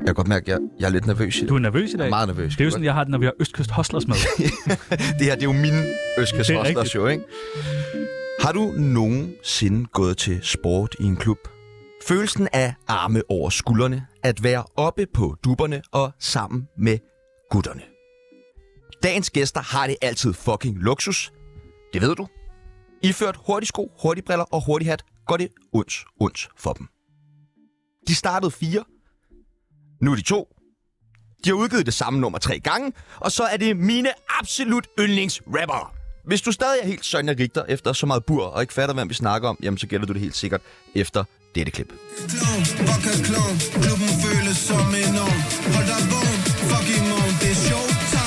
Jeg kan godt mærke, at jeg er lidt nervøs i dag. Du er nervøs i dag? Jeg er meget nervøs. Det er jo sådan, jeg har det, når vi har Østkyst Hustlers med. Det her, det er jo mine Østkyst Hustlers show, ikke? Har du nogensinde gået til sport i en klub? Følelsen af arme over skuldrene, at være oppe på dupperne og sammen med gutterne. Dagens gæster har det altid fucking luksus. Det ved du. Iført hurtige sko, hurtige briller og hurtig hat, går det ondt for dem. De startede 4. Nu er de 2. De har udgivet det samme nummer 3 gange, og så er det mine absolut yndlingsrapper. Hvis du stadig er helt Sonja Richter efter så meget bur og ikke fatter, hvad vi snakker om, jamen så gælder du det helt sikkert efter dette klip. Klubben føles som enorm. Hold dig vågen, fucking morgen, det er showtime.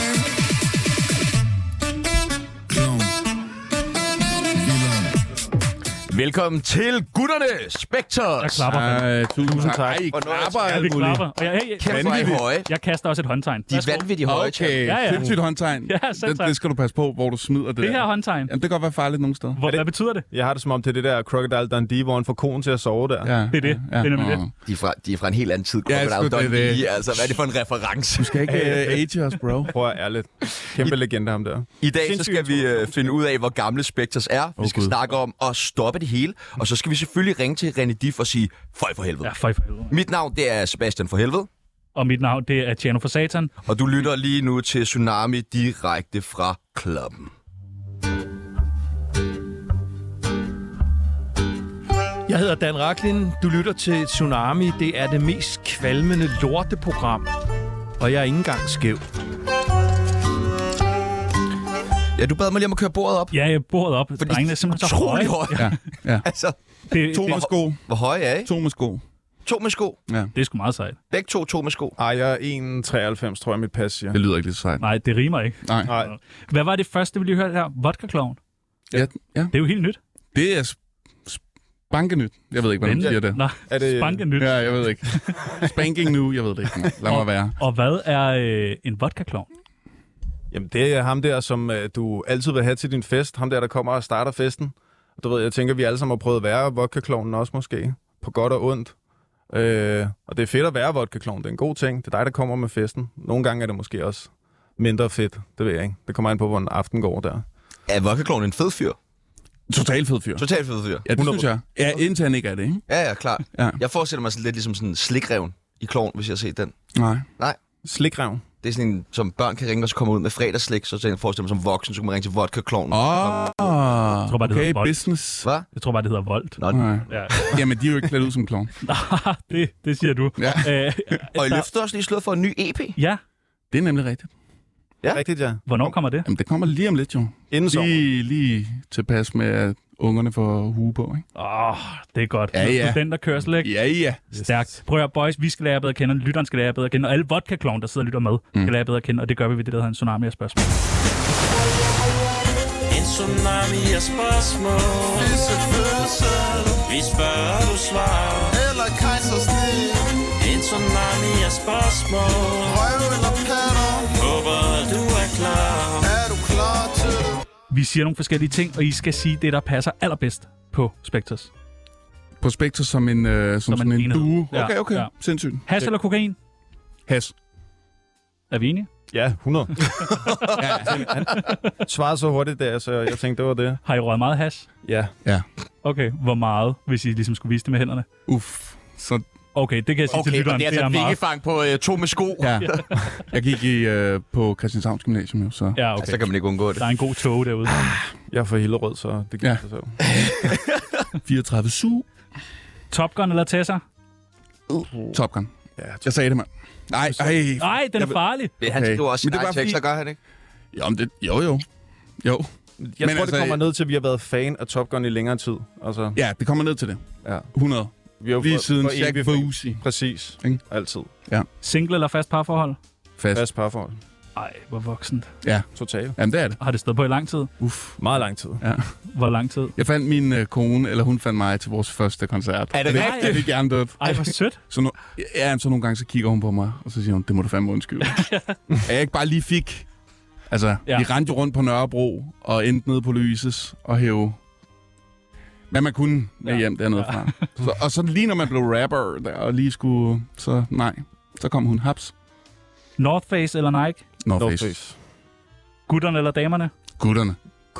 Velkommen til gutterne, Spectres. Jeg klapper. Tusind tak. I klapper. Ja, vi klapper. Og jeg kaster også et håndtegn. De er vanvittigt høje. Okay, Ja. sindssygt håndtegn. Ja, selv tak. Det skal du passe på, hvor du smider det. Det her håndtegn. Jamen, det kan godt være farligt nogle steder. Hvad betyder det? Jeg har det som om det er det der Crocodile Dundee, hvor han får konen til at sove der. Det er det. Det er nemlig det. De er fra en helt anden tid. Ja, Crocodile Dundee. Altså, hvad er det for en reference? Du skal ikke age os, bro. Prøv at ærligt. Kæmpe legende ham der. I dag så skal vi finde ud af, hvor gamle Spectres er. Vi skal snakke om at stoppe det hele. Og så skal vi selvfølgelig ringe til René Diff og sige, føj for helvede. Ja, føj for helvede. Mit navn, det er Sebastian for helvede. Og mit navn, det er Tjerno for Satan. Og du lytter lige nu til Tsunami direkte fra klubben. Jeg hedder Dan Rachlin. Du lytter til Tsunami. Det er det mest kvalmende lorteprogram. Og jeg er ikke engang skæv. Ja, du bad mig lige om at køre bordet op. Ja, jeg bordet op. Fordi Drengene er simpelthen så utrolig høje. høje. Ja. Altså, 2 med sko. hvor høje er I? 2 med sko. 2 med sko. Ja. Det er sgu meget sejt. Begge 2 med sko. Ej, jeg er 1,93, tror jeg, mit pas siger. Det lyder ikke lidt sejt. Nej, det rimer ikke. Nej. Hvad var det første, vi lige hørte her? Vodka Clown. Ja. Det er jo helt nyt. Det er spankenyt. Jeg ved ikke, hvordan man siger det. Nej, Er det- spanke nyt. Ja, jeg ved ikke. Spanking nu, jeg ved det ikke. Lad mig være. Og hvad er en vodka clown? Jamen, det er ham der, som du altid vil have til din fest. Ham der kommer og starter festen. Du ved, jeg tænker, vi alle sammen har prøvet at være vodka-klovnen også måske. På godt og ondt. Og det er fedt at være vodka-klovn. Det er en god ting. Det er dig, der kommer med festen. Nogle gange er det måske også mindre fedt. Det ved jeg ikke. Det kommer an på, hvordan aften går der. Er Vodka-kloven en fed fyr? Total fed fyr. Totalt fed fyr. Ja, det synes jeg. Ja, indtil han ikke er det, ikke? Ja, klart. Ja. Jeg forestiller mig sådan lidt ligesom sådan en slikreven i kloven, hvis jeg har set den. Nej. Slikreven. Det er sådan en, som børn kan ringe og så komme ud med fredagsslik, så jeg forestiller mig som voksen, så kan man ringe til vodka-kloven. tror bare, det Okay, hedder Volt. business. Hvad? Jeg tror bare, det hedder Volt. Nå, Nej. Ja. Jamen, de er jo ikke klædt ud som klovn. det siger du. Ja. og I løftede også lige slået for en ny EP. Ja. Det er nemlig rigtigt. Ja. Rigtigt, ja. Hvornår kommer det? Jamen, det kommer lige om lidt, jo. Inden sommer. Lige tilpas med, at ungerne får hue på, ikke? Det er godt. Ja. Studenterkørsel, ikke? Ja. Stærkt. Prøv at boys, vi skal lære jer bedre at kende, lytteren skal lære jer bedre at kende, og alle vodka-klovn, der sidder og lytter med, skal lære jer bedre at kende, og det gør vi ved det, der hedder en tsunami af spørgsmål. En tsunami af spørgsmål. Vi spørger, du svarer. Eller kejsersnit. En tsunami af spørgsmål. Røv eller patter. Håber, du er klar. Er du klar til det? Vi siger nogle forskellige ting, og I skal sige det, der passer allerbedst på Spectres. På Spectre som en, som sådan en enhed. duo. Ja. Okay. Ja. Sindssygt. Hash eller kokain? Has. Er vi enige? Ja, 100. Han svarede så hurtigt der, så jeg tænkte, det var det. Har I røget meget hash? Ja. Okay, hvor meget, hvis I ligesom skulle vise det med hænderne? Så Okay, det kan jeg sige til Okay, lytteren. og det er altså meget. vingefang på 2 med sko. ja. Jeg gik på Christianshavns Gymnasium, jo, så... Ja, okay. Så kan man ikke undgå det. Der er en god tog derude. Jeg er fra Hillerød, så det giver sig selv. 34 su. Top Gun eller Tessa? Top Gun. Ja, Jeg sagde det, mand. Nej. Nej, den er farlig. Han skriver også Men det sin var egen tekster, gør han ikke? Jo. Jo. Jeg tror, det kommer ned til, at vi har været fan af Top Gun i længere tid. Altså, Ja, det kommer ned til det. ja. 100. Vi har jo Lige for- siden for Jack evigt- Boozy. Præcis. Ikke? Altid. Single eller fast parforhold? Fast. Fast parforhold. Ej, hvor voksent. Totalt. Jamen, det er det. Har det stået på i lang tid? Meget lang tid. Hvor lang tid? Jeg fandt min kone, eller hun fandt mig til vores første koncert. Er det rigtigt? Jeg vil gerne dødt. Ej, hvor sødt. Så nogle gange så kigger hun på mig, og så siger hun, det må du fandme undskylde. At jeg ikke bare lige fik... Altså, Ja. vi rendte jo rundt på Nørrebro, og endte nede på Louises, og hæve... Hvad man kunne med hjem dernede fra. Og så lige når man blev rapper, der, og lige skulle... Så nej. der kom hun. Haps. North Face eller Nike? North Face. Gutterne eller damerne? Gutterne.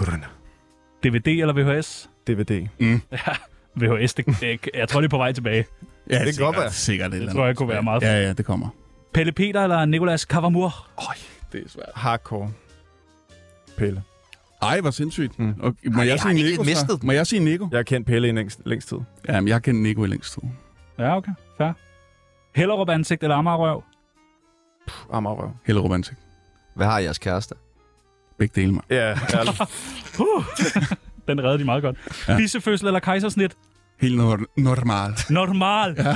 DVD eller VHS? DVD. VHS, jeg tror, det er på vej tilbage. Ja, det kan godt være. Sikkert Det tror jeg kunne være meget. Ja, det kommer. Pelle Peter eller Nicolas Cavamur? Det er svært. Hardcore. Pelle. Ej, hvor sindssygt. Og, må Ej, jeg har sige han ikke Nico, mistet så? den? Må jeg sige Nico? Jeg har kendt Pelle i længst tid. Jamen, jeg har kendt Nico i længst tid. Ja, okay. Fair. Hellerup ansigt eller Amagerrøv? Amagerrøv. Hellerup ansigt. Hvad har jeres kæreste? Begge dele, mig. Ja, ærligt. Den redder de meget godt. Ja. Bissefødsel eller kejsersnit? Helt normal. Normal. Ja.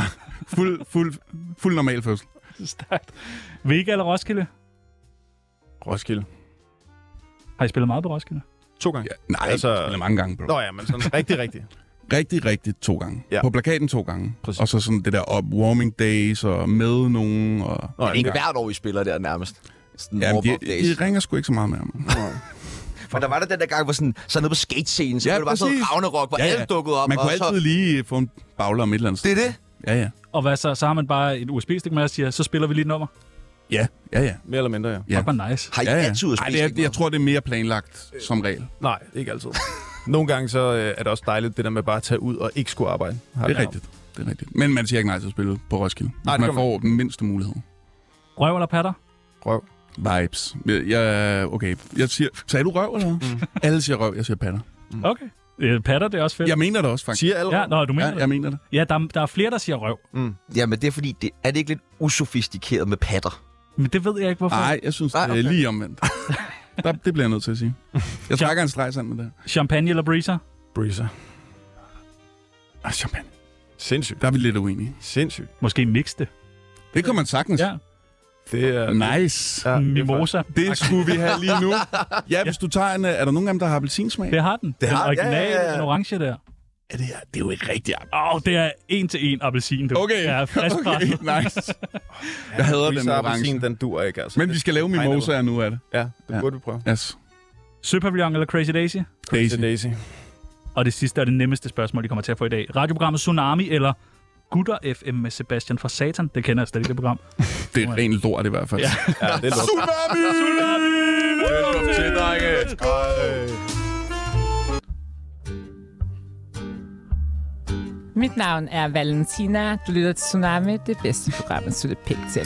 Fuld normal fødsel. Stærkt. Vega eller Roskilde? Roskilde. Har I spillet meget på Roskilde? 2 gange. Ja, nej, altså, jeg spiller mange gange, bro. Nå ja, men sådan rigtig. Rigtig 2 gange. Ja. På plakaten 2 gange. Præcis. Og så sådan det der warming days og med nogen. Og... Det er ikke hvert år, I spiller der nærmest. Sådan Ja, warm-up days. de ringer sgu ikke så meget med ham. Men der var der den der gang, hvor sådan nede på skate-scenen, så Ja, var det bare sådan præcis. Ragnarok, hvor alle dukkede op. Man kunne og så... altid lige få en bagler om et eller andet sted. Det er det? Ja. Og hvad så? Så har man bare et USB-stik med og siger, så spiller vi lige et nummer. Ja. Mere eller mindre, ja. Ja. Det var nice. Har I Ja. altid Ej, jeg tror, det er mere planlagt som regel. Nej, ikke altid. Nogle gange så er det også dejligt, det der med bare at tage ud og ikke skulle arbejde. Det er rigtigt. Men man siger ikke nej til at spille på Roskilde. Nej, Man får den mindste mulighed. Røv eller patter? Røv. Vibes. Okay. Jeg siger... Sagde du røv, eller? Alle siger røv, jeg siger patter. Okay. Patter, det er også fedt. Jeg mener det også, faktisk. Siger alle Ja, du mener Ja, det? jeg mener det. Ja, der er flere, der siger røv. Jamen, det er fordi, er det ikke lidt usofistikeret med patter? Men det ved jeg ikke, hvorfor. Nej, jeg synes, det er okay. lige omvendt. Det bliver jeg nødt til at sige. Jeg trækker en streg sammen med det. Champagne eller breezer? Breezer. Champagne. Sindssygt. Der er vi lidt uenige. Sindssygt. Måske mixte. Det kan man sagtens. Ja. Det er... Nice. Ja, Mimosa. Det skulle vi have lige nu. Ja, hvis du tager en... Er der nogen af dem, der har appelsinsmag? Det har den. Det har den den, originale, ja. den orange der. Ja, det er jo ikke rigtigt. Det er 1-til-1 appelsin. Okay, Ja, okay, nice. Jeg hader den Breezer orange. appelsin, den dur ikke, altså. Men vi skal lave mimosaer nu af det. Ja, det Ja. burde vi prøve. Yes. Søpavillon eller Crazy Daisy? Daisy. Og det sidste er det nemmeste spørgsmål, de kommer til at få i dag. Radioprogrammet Tsunami eller Gutter FM med Sebastian fra Satan? Det kender jeg slet ikke, det program. Det er rent lort i hvert fald. Ja. Ja, det er lort. Tsunami! Velkommen til, drenge. Mit navn er Valentina. Du lytter til Tsunami, det bedste program, at slutte pænt til.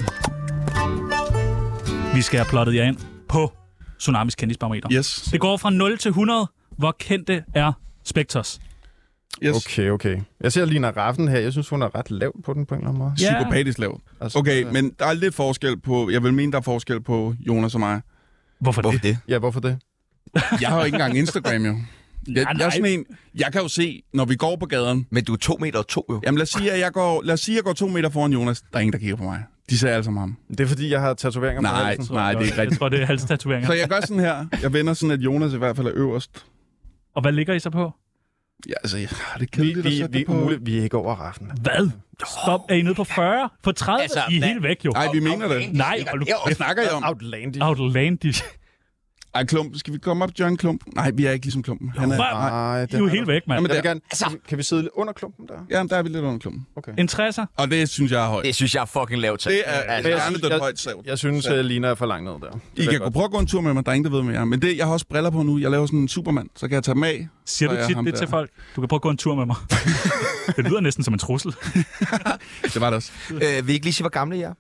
Vi skal have plottet jer ind på Tsunamis kendisbarometer. Yes. Det går fra 0 til 100. Hvor kendte er Spectres? Yes. Okay. Jeg ser Lina Raffen her. Jeg synes, hun er ret lav på den på en eller anden måde. Ja. Psykopatisk lavt. Altså, Okay, men der er lidt forskel på... Jeg vil mene, der er forskel på Jonas og mig. Hvorfor Hvorfor det? det? Ja, hvorfor det? Jeg har jo ikke engang Instagram, jo. Jeg er sådan en... Jeg kan jo se, når vi går på gaden... Men du er 2 meter og 2, jo. Jamen lad os sige, at jeg går 2 meter foran Jonas. Der er ingen, der kigger på mig. De ser alle sammen ham. Det er fordi, jeg har tatoveringer på Nej, halsen. nej, det er ikke Jeg rigtigt. tror, det er halstatoveringer. Så jeg gør sådan her. Jeg vender sådan, at Jonas i hvert fald er øverst. Og hvad ligger I så på? Ja, altså, det er kedeligt at sætte det på. Vi er ikke over Raffen. Hvad? Stop. Er I nede på 40? På 30? Altså, I er hvad? helt væk, jo. Nej, vi mener det. Nej, hold nu. Hvad snakker I om? Outlandish. Outlandish. Ej, Klump. Skal vi komme op til John Klump? Nej, vi er ikke ligesom Klumpen. Han er... Hvad? Nej. I er jo helt væk, mand. Jamen, Jeg vil der. gerne... Kan vi sidde lidt under klumpen der? Ja, der er vi lidt under Klumpen. Okay. En 60'er? Og det synes jeg er højt. Det synes jeg er fucking lavt. Det er Altså, hjernedødt højt savt. Jeg synes, Lina er for langt ned der. I kan prøve at gå en tur med mig, der er ingen, der ved med jer. Men det, jeg har også briller på nu. Jeg laver sådan en Superman, så kan jeg tage dem af. Siger Så du er tit ham det der. til folk? Du kan prøve at gå en tur med mig. Det lyder næsten som en trussel. Det var det også. vil I ikke lige sige, hvor gamle I er?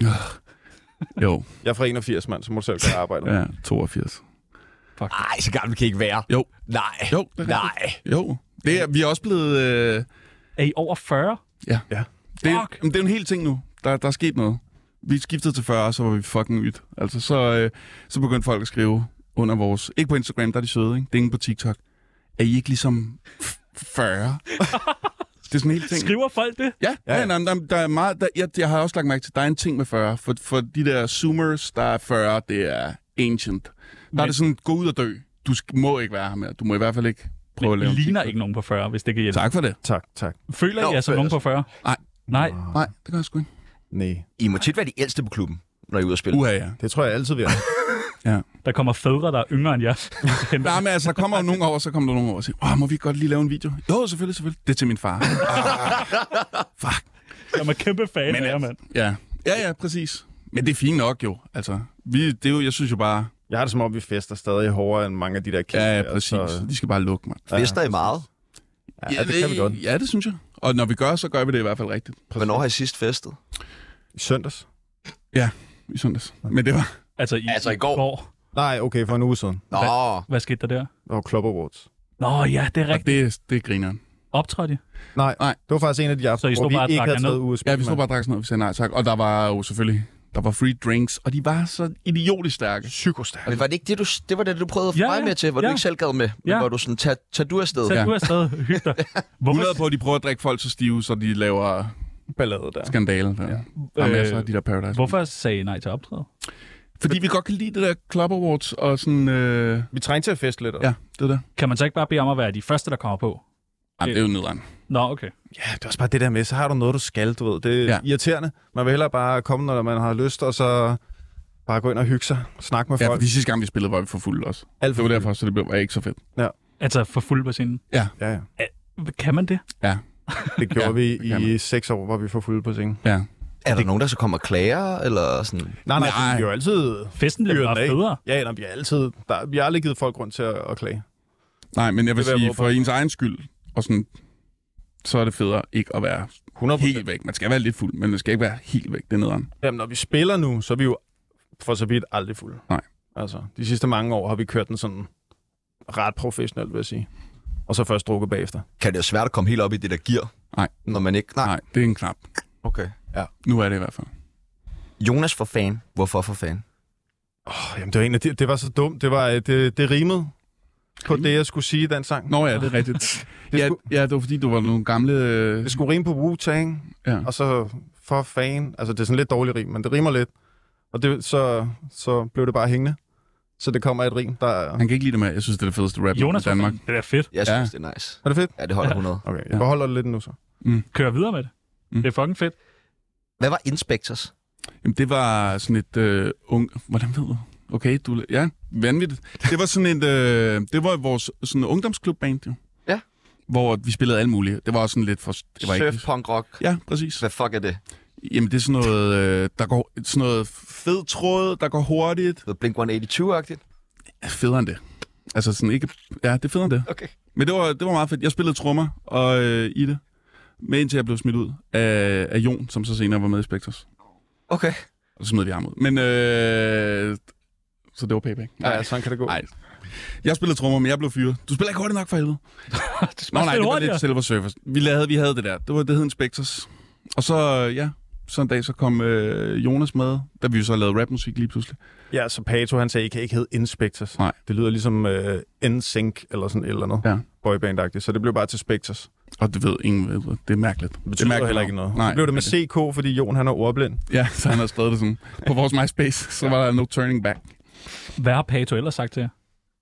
Jo, Jeg er fra 81, mand, så må du selv gøre arbejdet. ja, 82. Nej, så gamle kan I ikke være. Jo. Nej. Jo, det er Nej. rigtigt. Jo. Det er, vi er også blevet... Er I over 40? Ja. Ja. Det, Fuck. det er en hel ting nu. Der er sket noget. Vi skiftede til 40, så var vi fucking ydt. Altså, så begyndte folk at skrive under vores... Ikke på Instagram, der er de søde, ikke? Det er ingen på TikTok. Er I ikke ligesom 40? Det er sådan en hel ting. Skriver folk det? Ja. Der er meget... Jeg har også lagt mærke til, at der er en ting med 40. For de der zoomers, der er 40, det er ancient. Der er det sådan, gå ud og dø. Du må ikke være her mere. Du må i hvert fald ikke prøve at Men lave I ligner TikTok. ikke nogen på 40, hvis det kan hjælpe. Tak for det. Tak. Føler I Nå, jer som nogen på 40? Nej. Nej. Nej, det gør jeg sgu ikke. Nej. I må tit være de ældste på klubben, når I er ude at spille. Uha, ja. Det tror jeg altid, vi er. Ja. Der kommer fædre, der er yngre end jer. Nej, men altså, kommer der nogen over, så kommer der nogen over og siger, må vi godt lige lave en video? Jo, selvfølgelig. Det er til min far. Fuck. Jeg er kæmpe fan af jer, mand. Ja. Ja, præcis. Men det er fint nok jo. Altså, det er jo, jeg synes jo bare... Jeg har det som om, vi fester stadig hårdere end mange af de der kæmpe. Ja, præcis. Så... De skal bare lukke, mand. Fester I meget? Ja, det kan vi godt. Ja, det synes jeg. Og når vi gør, så gør vi det i hvert fald rigtigt. Hvornår har I sidst festet? I søndags? Ja, i søndags. Men det var... Altså i går? Nej, okay, for en uge siden. Nå. Hvad skete der der? Det var Club Awards. Nå ja, det er rigtigt. Det er grineren. Optrådte I? Nej, det var faktisk en af de aftener, hvor vi ikke havde taget ud. Ja, vi stod bare og drak sådan noget, vi sagde nej tak. Og der var jo selvfølgelig... Der var free drinks, og de var så idiotisk stærke. Psykostærke. Men var det ikke det, var det, du prøvede at få mig med til, hvor du ikke selv gad med? Men hvor du sådan, tag du afsted. Tag du afsted, hygge dig. Hvorfor? På, at de prøver at drikke folk så stive, så de laver ballade der. Skandale. Der. Ja. Masser af de der Paradise. Hvorfor sagde I nej til optræde? Fordi vi godt kan lide det der Club Awards, og sådan... Vi trænger til at feste lidt. Ja, det er det. Kan man så ikke bare bede om at være de første, der kommer på? Ej, det er jo nederen. Nå, okay. Ja, det er også bare det der med, så har du noget, du skal, du ved. Det er irriterende. Man vil hellere bare komme, når man har lyst, og så bare gå ind og hygge sig, snakke med folk. Ja, fordi sidste gang, vi spillede, var vi for fulde også. Alt for det var derfor, så det blev ikke så fedt. Ja. Altså for fuld på scenen? Ja. Kan man det? Ja. Det gjorde vi i 6 år, hvor vi for fulde på scenen. Ja. Er der nogen, der så kommer og klager, eller sådan? Nej, vi har jo altid... Festen bliver bare federe. Ja, vi har altid... Vi har aldrig givet folk grund til at klage. Nej, men jeg vil sige, for ens egen skyld, og sådan, så er det federe ikke at være 100% helt væk. Man skal være lidt fuld, men man skal ikke være helt væk. Det er nederen. Jamen, når vi spiller nu, så er vi jo for så vidt aldrig fulde. Nej. Altså, de sidste mange år har vi kørt den sådan ret professionelt, vil jeg sige. Og så først drukket bagefter. Kan det være svært at komme helt op i det der gear? Nej. Når man ikke... Nej, det er en knap. Okay. Ja. Nu er det i hvert fald. Jonas for fan. Hvorfor for fan? Jamen, det var egentlig, det var så dumt. Det rimede på det, jeg skulle sige i den sang. Nå ja, det er rigtigt. det var fordi, du var nogle gamle... Det skulle rime på Wu-Tang, og så for fan. Altså, det er sådan lidt dårligt rim, men det rimer lidt. Og det, så blev det bare hængende. Så det kommer et rim, der... Han kan ikke lide det med. Jeg synes, det er det fedeste rap Jonas i Danmark. Det er fedt. Jeg synes, det er nice. Er det fedt? Ja, det holder 100. Okay, jeg beholder det lidt nu så. Kører videre med det. Det er fucking fedt. Hvad var Inspectors? Jamen, det var sådan et hvordan ved du? Okay, ja, vanvittigt. Det var sådan det var vores sådan ungdomsklubband, jo. Ja. Hvor vi spillede alt muligt. Det var også sådan lidt for... Det var surf, punk, rock. Ja, præcis. Hvad fuck er det? Jamen, det er sådan noget, der går sådan noget fed tråd, der går hurtigt. Blink-182-agtigt? Federe end det. Altså sådan ikke... Ja, det er federe end det. Okay. Men det var meget fedt. Jeg spillede trommer og i det. Men indtil jeg blev smidt ud af Jon, som så senere var med i Spectres. Okay. Og så smed vi ham ud. Men... Så det var payback. Ja, sådan kan det gå. Nej. Jeg spillede trommer, men jeg blev fyret. Du spiller ikke hurtigt nok for helvede. Nej, det var lidt Silver Surfers. Vi havde det der. Det hed Spectres. Og så, så en dag så kom Jonas med, da vi så lavede rapmusik lige pludselig. Ja, så Pato, han sagde, I kan ikke hedde Inspectors. Nej. Det lyder ligesom NSYNC eller sådan et eller andet. Ja. Boyband-agtigt. Så det blev bare til Spectres. Og det ved ingen ved. Det er mærkeligt. Det betyder heller ikke noget. Nej, det blev det med CK, fordi Jon han er ordblind. Ja, så han har skrevet det sådan. På vores MySpace, så var der no turning back. Hvad har Pato ellers sagt til jer?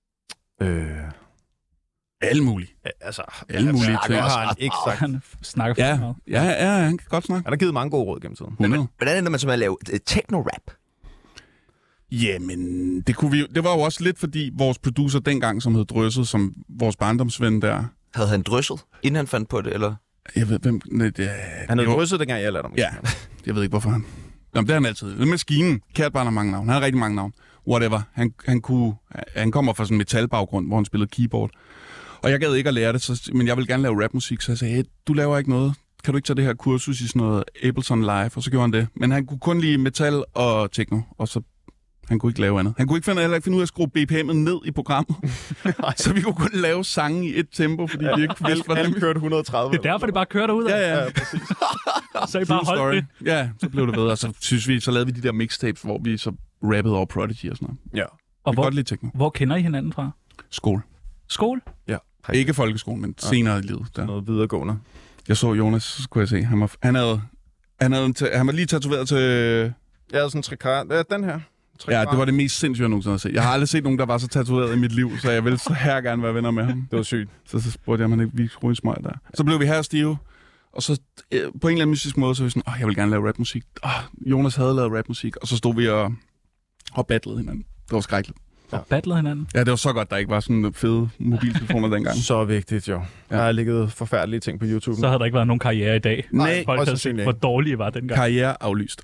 Alle mulige. Altså, alle mulige ting. Har han ikke sagt. Han snakker for meget. Ja, han kan godt snakke. Han har givet mange gode råd gennem tiden. 100. Hvordan ender man så med at lave techno-rap? Jamen, det var jo også lidt, fordi vores producer dengang, som hed Drøsset, som vores barndomsven der... Havde han drysset, inden han fandt på det, eller? Jeg ved, hvem... Han havde drysset, dengang jeg lærte ham. Ja, jeg ved ikke, hvorfor han... Jamen, det er han altid. Maskinen. Kært barn har mange navn. Han har rigtig mange navn. Whatever. Han kommer fra sådan en metalbaggrund, hvor han spillede keyboard. Og jeg gad ikke at lære det, men jeg vil gerne lave rapmusik, så jeg sagde, hey, du laver ikke noget. Kan du ikke tage det her kursus i sådan noget Ableton Live? Og så gjorde han det. Men han kunne kun lide metal og techno, og så han kunne ikke lave andet. Han kunne ikke finde ud af at skrue BPM'et ned i programmet. Så vi kunne kun lave sange i et tempo, fordi vi ikke vidste, hvordan vi kørte 130. Det er derfor, det bare kører derud. Ja, præcis. Så I bare holdt det. Ja, så blev det ved. Og så lavede vi de der mixtapes, hvor vi så rappede over Prodigy og sådan noget. Ja. Og hvor kender I hinanden fra? Skole. Skole? Ja. Ikke folkeskole, men senere i livet. Der. Noget videregående. Jeg så Jonas, så skulle jeg se. Han var lige tatoveret til... Jeg havde sådan en trikart. Ja, den her. Ja, det var det mest sindssyge, jeg nogensinde har set. Jeg har aldrig set nogen, der var så tatoveret i mit liv, så jeg ville så her gerne være venner med ham. Det var sygt. Så spurgte jeg, om han ikke ville ryge en smøg der. Så blev vi her stive, og så på en eller anden mystisk måde, så var vi sådan, jeg vil gerne lave rapmusik. Jonas havde lavet rapmusik, og så stod vi og battlede hinanden. Det var skrækkeligt. Ja. Og battlede hinanden? Ja, det var så godt, der ikke var sådan fede mobiltelefoner dengang. Så vigtigt, jo. Ja. Der har ligget forfærdelige ting på YouTube. Så havde der ikke været nogen karriere i dag. Nej, folk havde set, hvor dårlige var dengang. Karriere aflyst.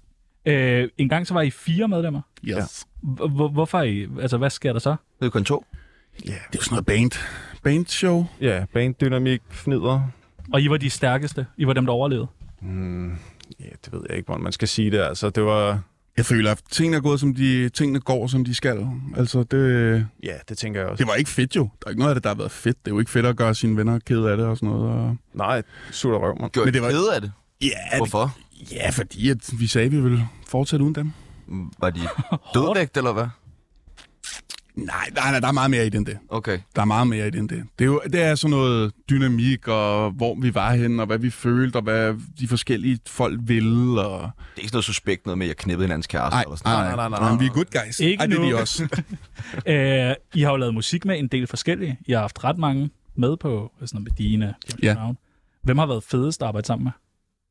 En gang så var I 4 medlemmer. Yes. Hvorfor er I? Altså, hvad sker der så? Det er kun 2. Ja, det er jo sådan noget bandshow. Ja, banddynamik, fnider. Og I var de stærkeste? I var dem, der overlevede? Ja, det ved jeg ikke, hvordan man skal sige det. Altså, det var... Jeg føler, at tingene går, som de skal. Altså, Ja, det tænker jeg også. det var ikke fedt jo. Der er ikke noget af det, der har været fedt. Det er jo ikke fedt at gøre sine venner kede af det og sådan noget. Og... Nej, sutter røv, man. Gjorde Men I det var- kede af det? Ja, Hvorfor? ja, fordi at vi sagde, at vi ville fortsætte uden dem. Var de dødvægt, eller hvad? Nej, der er meget mere i det end det. Okay. Der er meget mere i det end det. Det er sådan noget dynamik, og hvor vi var henne, og hvad vi følte, og hvad de forskellige folk ville. Og... Det er ikke sådan noget suspekt noget med, at jeg knippede hinandens kæreste eller sådan noget. Nej, vi er good guys. Ikke det er nu. de også. I har jo lavet musik med en del forskellige. I har haft ret mange med på sådan noget med Dina, James Ja. Brown. Hvem har været fedest at arbejde sammen med?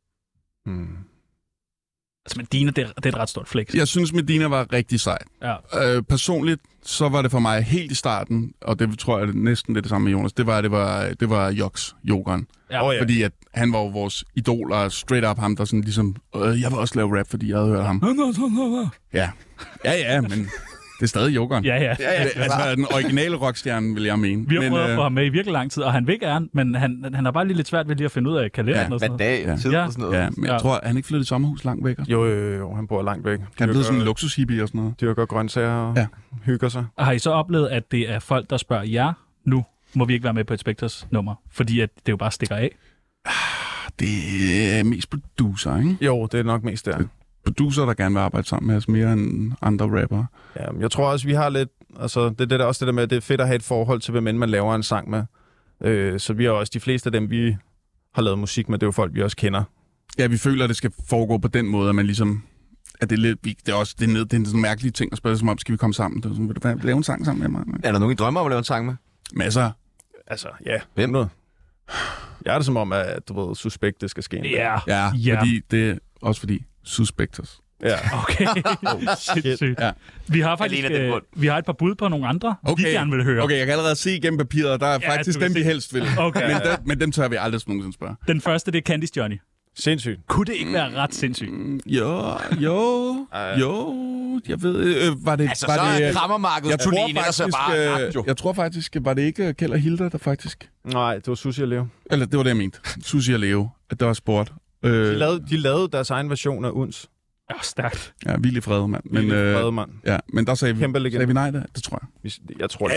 Altså, men Dina, det er et ret stort flex. Jeg synes, Medina var rigtig sej. Ja. Personligt, så var det for mig helt i starten, og det tror jeg næsten det samme med Jonas, det var Joks, Jokeren. Ja. Ja. Fordi at han var jo vores idol, og straight up ham, der sådan ligesom, jeg vil også lave rap, fordi jeg havde hørt ham. Ja, men det er stadig Jokeren. Ja. Altså, den originale rockstjerne, vil jeg mene. Vi har prøvet at få ham med i virkelig lang tid, og han vil gerne, men han har bare lige lidt svært ved lige at finde ud af kalenderen og sådan Hvad noget. dag, tid Ja. og sådan noget. Ja, men jeg tror, han ikke flyttede i sommerhus langt væk. Også. Jo, han bor langt væk. Han blev sådan en luksushippie og sådan noget. Dyrker grøntsager og hygger sig. Og har I så oplevet, at det er folk, der spørger jer, nu må vi ikke være med på et Spectres nummer, fordi at det jo bare stikker af? Det er mest producer, ikke? Jo, det er nok mest der. Producer, der gerne vil arbejde sammen med os mere end andre rappere. Ja, jeg tror også, vi har lidt... Altså, det er også det der med, at det er fedt at have et forhold til, hvem end man laver en sang med. Så vi har også de fleste af dem, vi har lavet musik med, det er jo folk, vi også kender. Ja, vi føler, at det skal foregå på den måde, at man ligesom... At det er lidt... Det er også det er sådan en mærkelig ting at spørge, som om, skal vi komme sammen? Det er sådan, vil du lave en sang sammen med mig? Er der nogen, I drømmer om at lave en sang med? Masser. Altså, ja. Hvem? Noget. Jeg er det som om, at du ved, suspekt, det skal ske. Ja. Fordi det er også fordi Suspectors. Ja. Okay. Sindssygt. Ja. Vi har faktisk Alene den grund. vi har et par bud på nogle andre, vi gerne vil høre. Okay, jeg kan allerede se igennem papiret, og der er faktisk du vil dem, vi se. helst vil. Okay. Men dem tør vi aldrig nogensinde spørge. Den første, det er Candice Johnny. Sindssygt. Kunne det ikke være ret sindssygt? Jo. Jeg ved... Var det... Altså, var så det, er krammermarkedsturnéen ellers bare radio. jeg tror faktisk, var det ikke Kjeld og Hilda, der faktisk... Nej, det var Susie og Leo. Eller det var det, jeg mente. Susie og Leo. At det var sport. De lavede deres egen version af Uns. Ja, stærkt. Ja, vildt fred, mand. Mand. Ja, men der sagde Kæmpe vi nej der. Det tror jeg. Jeg tror det.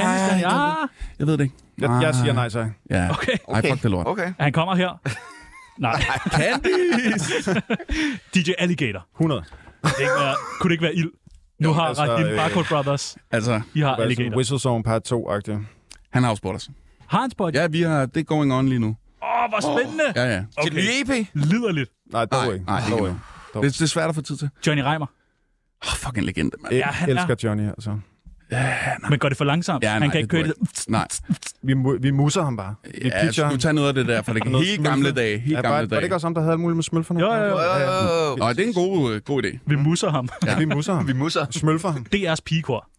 Jeg ved det ikke. Jeg siger nej, så. Ja. Okay. Ej, fuck det lort. Okay. Han kommer her. Nej. Candice! DJ Alligator. 100. Kunne det ikke være ild? Nu har altså, Rakim Barcode Brothers. Altså, I har Altså, Alligator. Whistle Song Part 2-agtigt. han har jo spurgt os. Har han spurgt? Ja, det er going on lige nu. Hvor spændende. Ja. Til den nye EP? Liderligt. Nej, dog ikke. Nej, Dog ikke nu. Det er svært at få tid til. Johnny Reimer. Fucking legende, mand. Ja, han elsker Johnny, altså. Men går det for langsomt? Ja, nej, Han kan ikke det køre tror det. Nej. Vi musser ham bare. Vi Ja, jeg skulle tage noget af det der, for det er helt gamle dage. Helt gamle Var det dage. ikke også ham, der havde alt muligt med smølferne? Jo. Nå, det er en god idé. Vi musser ham. Ja. Vi musser ham. Vi musser. Smølfer ham. DR's pigekor.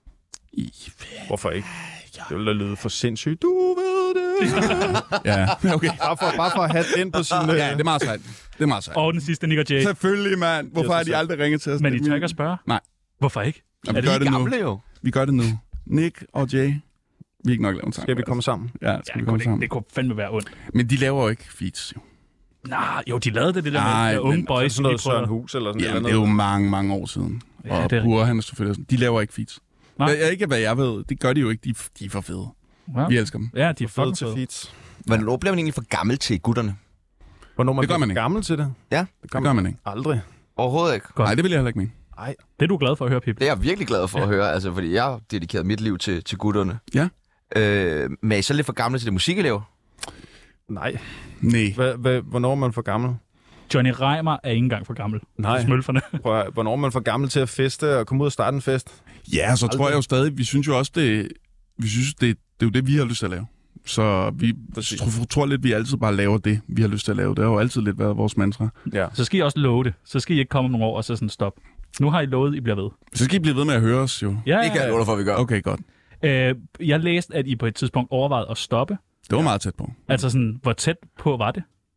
Hvorfor ikke? Det vil da lyde for sindssygt. Du ved det. Ja, okay. Bare for at have den på sin... Ja, det er meget sejt. Det er meget sejt. Og den sidste, Nick og Jay. Selvfølgelig, mand. Hvorfor har de aldrig ringet til os? Men I tør ikke at spørge? Nej. Hvorfor ikke? Jamen, vi De gør er det nu. gamle jo. Vi gør det nu. Nick og Jay. Vi er ikke nok lavet en sang. Skal vi komme sammen? Ja, skal vi komme sammen. Det kunne fandme være ondt. Men de laver jo ikke feats, jo. Nej, jo, de lavede det der Nej, med unge men- boys. Sådan noget de prøvede- Søren Hus eller sådan Ja, noget. det er jo mange år siden. Ja, Og det er Bure, han er selvfølgelig sådan. De laver ikke feats. Nej. Ikke hvad jeg ved. Det gør de jo ikke. De er for fede. Ja. Vi elsker dem. Ja, de er Fed fucking til fede. feats. Hvornår bliver man egentlig for gammel til gutterne? Hvornår man Det gør man bliver ikke. gammel til det? Ja, Det gør man ikke. Aldrig. overhovedet ikke. Godt. Nej, det vil jeg heller ikke mene. Nej. Det er du glad for at høre, Pip. Det er jeg virkelig glad for at høre, altså, fordi jeg har dedikeret mit liv til gutterne. Ja. Men er I så lidt for gamle til det musik, I laver? Nej. Nej. Hvornår er man for gammel? Johnny Reimer er ikke engang for gammel. Nej. Smølferne. Prøv at, hvornår er man for gammel til at feste og komme ud og starte en fest? Ja, så tror jeg jo stadig, vi synes jo også, det er jo det, vi har lyst til at lave. Så vi tror lidt, vi altid bare laver det, vi har lyst til at lave. Det har jo altid lidt været vores mantra. Ja. Så skal I også love det. Så skal I ikke komme om nogle år og så sådan stop. Nu har I lovet, I bliver ved. Så skal I blive ved med at høre os jo. Ja, Det kan jeg love dig for, at vi gør. Okay, godt. Jeg læste, at I på et tidspunkt overvejede at stoppe. Det var meget tæt på. Altså sådan, hvor tæt på var det?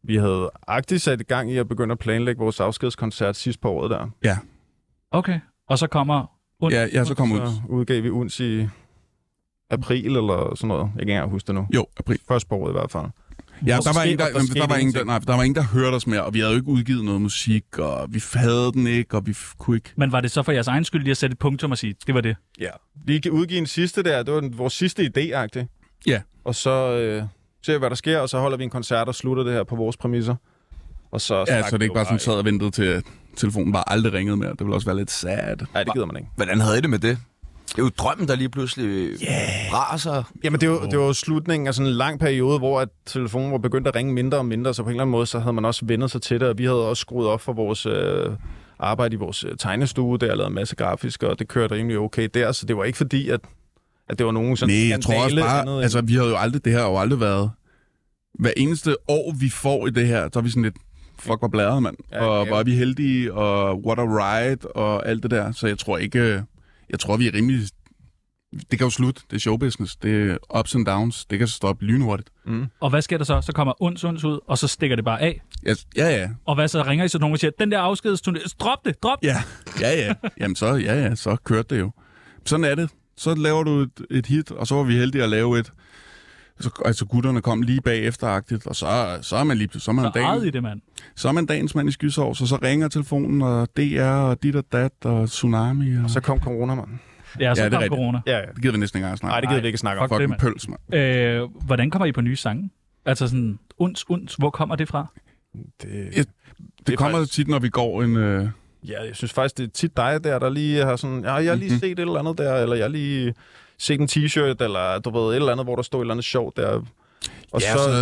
Vi havde aktivt sat i gang i at begynde at planlægge vores afskedskoncert sidst på året der. Ja. Okay. Og så kommer Uns. Ja, så kom ud. Så udgav vi Uns i april eller sådan noget. Jeg kan ikke engang huske det nu. Jo, april. Først på året i hvert fald. Ja, der var ingen, der hørte os mere, og vi havde jo ikke udgivet noget musik, og vi havde den ikke, og vi kunne ikke... Men var det så for jeres egen skyld lige at sætte et punktum og sige, det var det? Ja. Vi kan udgive en sidste der. Det var vores sidste idé-agtigt. Ja. Og så ser vi, hvad der sker, og så holder vi en koncert og slutter det her på vores præmisser. Og så ja, så det er ikke bare sådan, sad og ventede til, at telefonen bare aldrig ringede mere. Det ville også være lidt sad. Nej, det gider man ikke. Hvordan havde I det med det? Det er jo drømmen, der lige pludselig braser. Jamen, det var jo slutningen af sådan en lang periode, hvor at telefonen var begyndt at ringe mindre og mindre, så på en eller anden måde, så havde man også vendt sig til det, og vi havde også skruet op for vores arbejde i vores tegnestue, der lavede en masse grafisk, og det kørte rimelig okay der, så det var ikke fordi, at det var nogen sådan... Nej, jeg tror også bare, altså vi havde jo aldrig, det her har jo aldrig været... Hver eneste år, vi får i det her, så er vi sådan lidt, fuck, hvor bladret, mand. Ja, og var vi heldige, og what a ride, og alt det der, så jeg tror ikke... Jeg tror, vi er rimelig... Det kan jo slutte. Det er showbusiness. Det er ups and downs. Det kan stoppe lynhurtigt. Mm. Og hvad sker der så? Så kommer Uns ud, og så stikker det bare af? Ja. Og hvad så? Ringer I så nogen og siger, den der afskedsturné, drop det! Ja. Jamen så kørte det jo. Sådan er det. Så laver du et hit, og så var vi heldige at lave et... Altså gutterne kom lige bagefter-agtigt, og så er man lige... Så ejede I det, mand. Så er man dagens mand i skysår, så ringer telefonen, og DR, og dit og dat, og Tsunami. Og så kom corona, mand. Ja, så kom corona. Ja. Det gider vi næsten ikke engang snakke. Nej, det gider vi ikke snakke om. Fucking pøls, mand. Hvordan kommer I på nye sange? Altså sådan, Uns, hvor kommer det fra? Det kommer faktisk tit, når vi går en... Ja, jeg synes faktisk, det er tit dig der lige har sådan... Ja, jeg har lige set et eller andet der, eller jeg har lige set en t-shirt, eller du ved, et eller andet, hvor der står et eller andet sjovt der. Og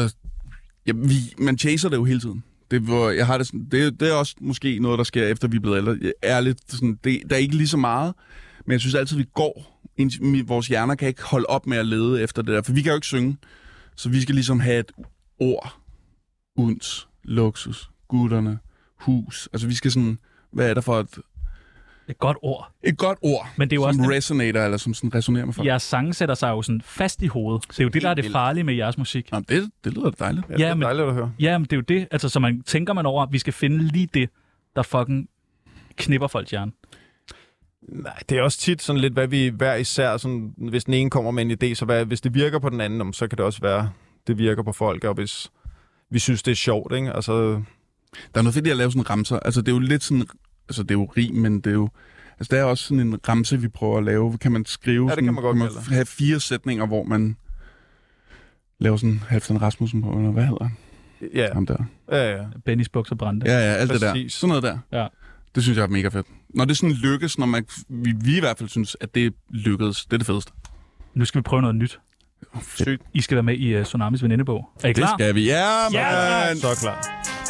man chaser det jo hele tiden. Jeg har det er også måske noget, der sker, efter vi er blevet ældre. Ærligt, sådan, der er ikke lige så meget, men jeg synes altid, vi går. Vores hjerner kan ikke holde op med at lede efter det der, for vi kan jo ikke synge. Så vi skal ligesom have et ord. Uns, luksus, gutterne, hus. Altså vi skal sådan, hvad er der for et godt ord. Et godt ord, men det er jo som også resonator, eller som sådan resonerer med folk. Jeres sange sætter sig jo sådan fast i hovedet. Det er jo det, der er det farlige med jeres musik. Jamen, det lyder dejligt. Ja, det er dejligt at høre. Ja, men det er jo det. Altså, så man tænker over, at vi skal finde lige det, der fucking knipper folks hjerne. Nej, det er også tit sådan lidt, hvad vi hver især, sådan, hvis den ene kommer med en idé, så hvis det virker på den anden, så kan det også være, det virker på folk, og hvis vi synes, det er sjovt, ikke? Altså... Der er noget fedt i at lave sådan en ramser. Altså, det er jo lidt sådan... Altså, det er jo rim, men det er jo... Altså, der er også sådan en ramse, vi prøver at lave. Kan man skrive... Ja, det kan man godt kan have 4 sætninger, hvor man laver sådan Halvdan Rasmussen på, eller hvad hedder han? Ja. Ham der. Ja. Bennys bukser brændte. Ja, alt det der. Sådan noget der. Ja. Det synes jeg er mega fedt. Når det sådan lykkes, når vi i hvert fald synes, at det lykkedes, det er det fedeste. Nu skal vi prøve noget nyt. Sygt. I skal være med i Tsunamis venindebog. Er I klar? Det skal vi. Ja, man! Så klar.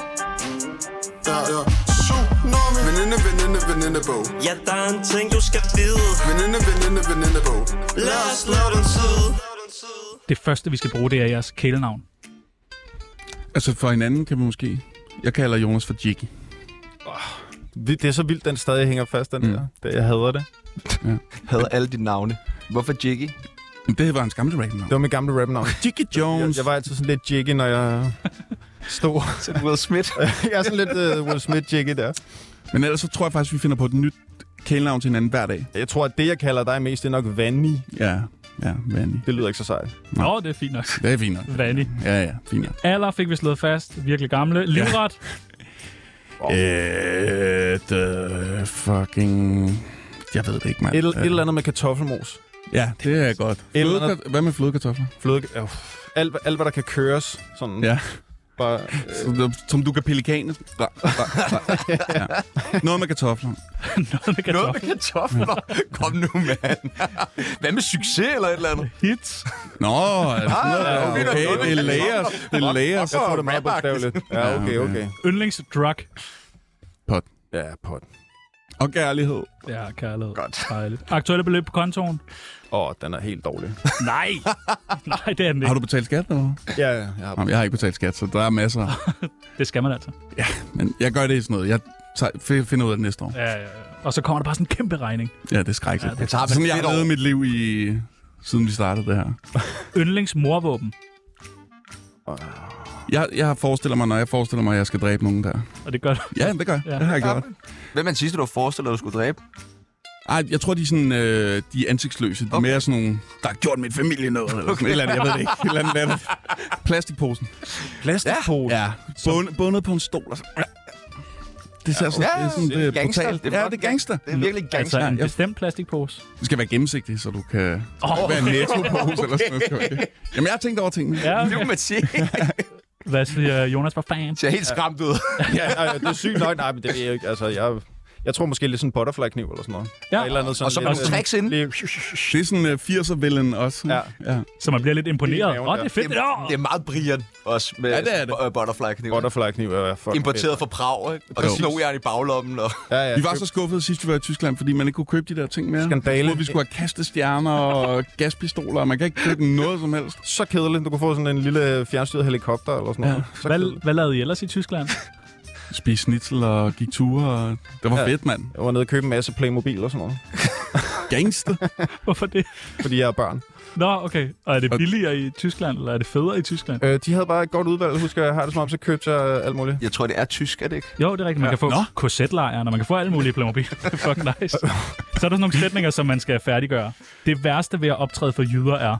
Ja. Venindebog. Ja, der er en ting, du skal vide. Venindebog. Lad os lave den tid. Det første, vi skal bruge, det er jeres kælenavn. Altså for hinanden kan vi måske... Jeg kalder Jonas for Jiggy. Det er så vildt, den stadig hænger fast, den der. Jeg hader det. Ja. Hader alle dine navne. Hvorfor Jiggy? Det var hans gamle rap-navn. Det var mit gamle rap-navn. Jiggy Jones. Jeg var altid sådan lidt Jiggy, når jeg stod. Sådan Will Smith. Jeg er sådan lidt Will Smith Jiggy der. Men ellers så tror jeg faktisk, vi finder på et nyt kælenavn til hinanden hver dag. Jeg tror, at det, jeg kalder dig mest, det er nok Vanny. Ja, Vanny. Det lyder ikke så sejt. Nå, det er fint nok. Det er fint nok. Vanny. Ja, fint nok. Alder fik vi slået fast. Virkelig gamle. Livret. Fucking... Jeg ved det ikke, mand. Et eller andet med kartoffelmos. Ja, det er godt. Hvad med flødekartofler? Alt, hvad der kan køres. Sådan. Ja. Bare, som du kan pelikane. Ja. Noget med kartofler. Noget med kartofler? Kom nu, mand. Hvad med succes eller et eller andet? Hits. Nå, er det sådan noget? Okay, det er layers. Det er layers. Jeg tror, det er meget bogstaveligt. Ja, okay. Yndlingsdrug. Pot. Ja, pot. Og kærlighed. Ja, kærlighed. Godt. Dejligt. Aktuelle beløb på kontoen? Den er helt dårlig. Nej, det er den ikke. Har du betalt skat, eller? Ja, jeg har ikke betalt skat, så der er masser. Det skal man altså. Ja, men jeg gør det i sådan noget. Jeg finder ud af det næste år. Ja. Og så kommer der bare sådan en kæmpe regning. Ja, det er skrækkeligt. Ja, det tager sådan, jeg har levet mit liv siden vi startede det her. Yndlingsmorvåben? Jeg forestiller mig, når jeg forestiller mig, at jeg skal dræbe nogen der. Og det gør du. Ja, det gør jeg. Ja. Det har jeg gjort. Hvem er den sidste, du forestiller, du skulle dræbe? Ej, jeg tror, de er sådan, de er ansigtsløse. De er mere sådan nogle, der har gjort mit familie noget. Eller sådan et eller andet, jeg ved det ikke. Et eller andet andet. Plastikposen. Plastikpose? Ja, bundet på en stol. Og så. Det ser sådan, det er sådan det er gangster. brutalt. Det er Ja, det er gangster. Det er virkelig Altså gangster. en bestemt plastikpose? Det skal være gennemsigtigt, så du kan være en netto-pose eller sådan noget. Jamen, jeg har tænkt over tingene. Ja, Det må man sige. Hvad siger Jonas for fan? Det ser helt skræmt ud. Ja, det er sygt nok. Nej, men det er jo ikke. Altså, jeg tror måske lidt sådan en butterfly-kniv eller sådan noget. Ja. Et eller andet sådan Og så lidt, også tricks ind. Det er sådan 80'er-villen også. Ja. Så man bliver lidt imponeret. Helt Det er fedt. Det er meget Brian også med butterfly-kniv. Butterfly-kniv er fucking Importeret fra Prag, ikke? Og snogjern i baglommen. Og... Ja. Vi var så skuffede sidst, vi var i Tyskland, fordi man ikke kunne købe de der ting mere. Skandale. Vi skulle have kastestjerner og gaspistoler, og man kan ikke købe noget som helst. Så kedeligt. Du kunne få sådan en lille fjernstyret helikopter eller sådan noget. Hvad lavede I ellers i Tyskland? Spise schnitzel og gik ture, og det var fedt, mand. Jeg var nede og købe en masse Playmobil og sådan noget. Gangster. Hvorfor det? Fordi jeg er børn. Nå, okay. Og er det billigere i Tyskland, eller er det federe i Tyskland? De havde bare et godt udvalg. Husker jeg har det som om, så købte jeg alt muligt. Jeg tror, det er tysk, er det ikke? Jo, det er rigtigt. Man kan få korsetlejren, og man kan få alle mulige Playmobil. Det er fucking nice. Så er der sådan nogle sætninger, som man skal færdiggøre. Det værste ved at optræde for jyder er...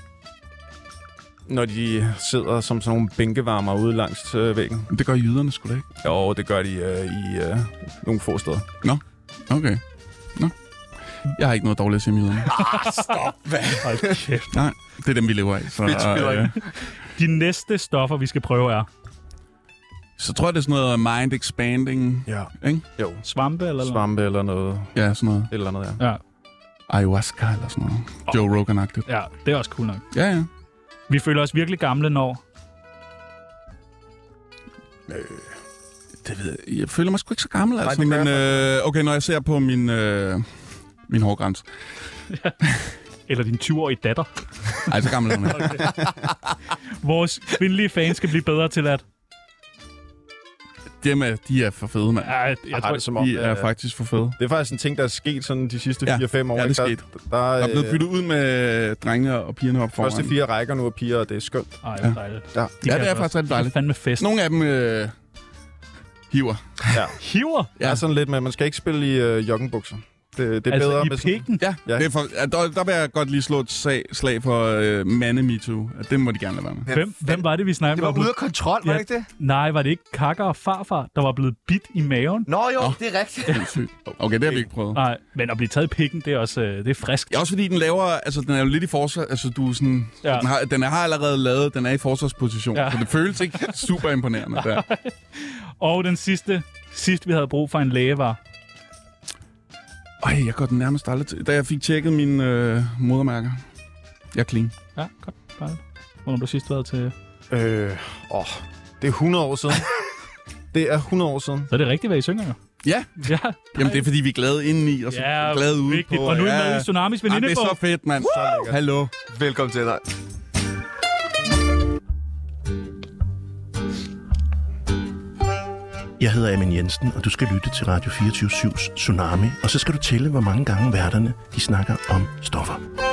Når de sidder som sådan nogle bænkevarmer ude langs væggen. Det gør jyderne sgu da ikke. Jo, det gør de i nogle få steder. Okay. Nå. Jeg har ikke noget dårligt at sige om jyderne. Stop, hvad? Hold kæft. Nej, det er dem, vi lever af. Så, De næste stoffer, vi skal prøve, er... så tror jeg, det er sådan noget mind expanding. Ja. Ikke? Jo. Svampe eller... Svampe eller noget. Ja, sådan noget. Eller noget, ja. Ja. Ayahuasca eller sådan noget. Joe Rogan-agtigt. Ja, det er også cool nok. Ja. Vi føler os virkelig gamle, når... Det ved jeg. Jeg føler mig sgu ikke så gammel, altså. det gør Men okay, når jeg ser på min hårgrænse. Eller din 20-årige datter. Ej, så gammel er hun ikke. Okay. Vores kvindelige fans skal blive bedre til at... De er for fede, mand. Ja, jeg tror, det som om, De er faktisk for fede. Det er faktisk en ting, der er sket sådan de sidste 4-5 år. Ja, det er ikke? sket. Der Der er blevet byttet ud med drengene og pigerne op foran. første 4 rækker nu er piger, og det er skønt. Ej, det er dejligt. Ja. Ja, det er faktisk rigtig dejligt. Fandme fest. Nogle af dem hiver. Hiver? Ja, sådan lidt med, man skal ikke spille i joggingbukser. Det er Altså bedre i med sådan... pikken? Ja, Ja. det er der vil jeg godt lige slå et slag for mande-MeToo. Det må de gerne lade være med. Hvem var det, vi snakkede Det var om? ude af kontrol, var det ikke det? Nej, var det ikke Kakker og farfar, der var blevet bidt i maven? Nå jo, det er rigtigt. Sygt. Okay, det har vi ikke prøvet. Nej, men at blive taget i pikken, det er også det er frisk. Ja, også fordi den laver, altså den er jo lidt i forsvar, altså du er sådan, Ja. den har allerede lavet, den er i forsvarsposition, Ja. så det føles ikke super imponerende der. Og den sidste vi havde brug for en læge, var... Jeg går den nærmest aldrig til. Da jeg fik tjekket mine modermærker. Jeg er clean. Ja, godt. Dejligt. Hvornår du sidst været til... det er 100 år siden. Det er 100 år siden. Så er det rigtigt, hvad I synger, jo. Ja, Ja, jamen det er fordi vi er glade indeni, og så ja, glade ude vigtigt. på. Og nu er I med i Tsunamis Jamen, det er venindebog. så fedt, mand. Hallo. Velkommen til dig. Jeg hedder Amin Jensen, og du skal lytte til Radio 24/7's Tsunami. Og så skal du tælle, hvor mange gange værterne de snakker om stoffer.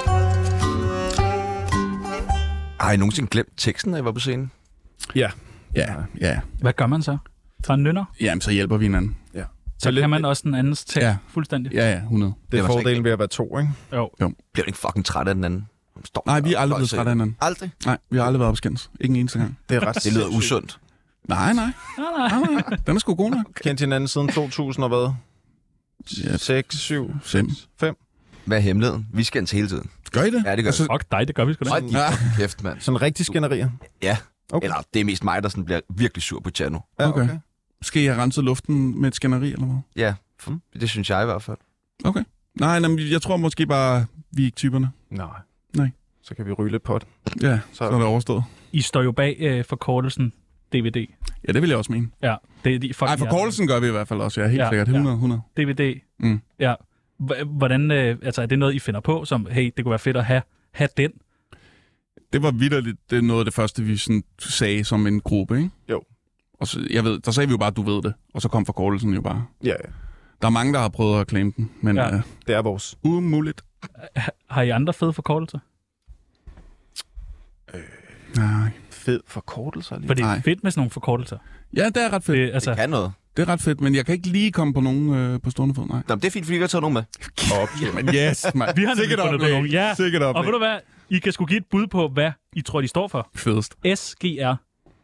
Har I nogensinde glemt teksten, da I var på scenen? Ja. Hvad gør man så? Tager en nynner? Jamen, så hjælper vi hinanden. Så kan man også den andens tekst fuldstændig? Ja, 100. Det er var så fordelen ved at være 2, ikke? Jo. Bliver du ikke fucking træt af den anden? Nej, vi er aldrig blevet trætte af hinanden. Aldrig? Nej, vi har aldrig været opskændt. Ikke en eneste gang. Det er ret Det lyder usundt. Nej. Den er sgu god nok. Kendt hinanden siden 2000 og hvad? Ja, 6, 7, 5. Hvad er hemmeligheden? Vi skændes hele tiden. Gør I det? Ja, det gør vi. Fuck dig, det gør vi sgu da. Hold din fucking kæft, mand. Sådan rigtig skænderier. Ja. Okay. Eller det er mest mig, der sådan bliver virkelig sur på Tjerno. Ja, Okay. Skal I have renset luften med et skænderi, eller hvad? Ja, det synes jeg i hvert fald. Okay. Nej, jeg tror måske bare, vi er ikke typerne. Nej. Så kan vi ryge lidt på det. Ja, så er det overstået. I står jo bag forkortelsen DVD. Ja, det vil jeg også mene. Ja, det er de fucking... Nej, forkortelsen gør vi i hvert fald også. Ja, helt sikkert. 100. DVD. Mm. Ja. Hvordan, altså er det noget, I finder på, som, hey, det kunne være fedt at have den? Det var vitterligt, det er noget af det første, vi sådan sagde som en gruppe, ikke? Jo. Og så, der sagde vi jo bare, du ved det. Og så kom forkortelsen jo bare. Ja. Der er mange, der har prøvet at claim den, men Ja. Det er vores. umuligt. Har I andre fede forkortelser? Nej. fed forkortelser lige. For det er fedt med sådan nogle forkortelser. Ja, det er ret fedt. Det, altså, Det kan noget. Det er ret fedt, men jeg kan ikke lige komme på nogen på stående fod, nej. Nå, det er fint, fordi vi har taget nogen med. Men yes, man. vi har nemlig fundet på nogen. Ja. Sikkert oplæg. Og ved du hvad? I kan sgu give et bud på, hvad I tror, de står for. Fedest. SGR.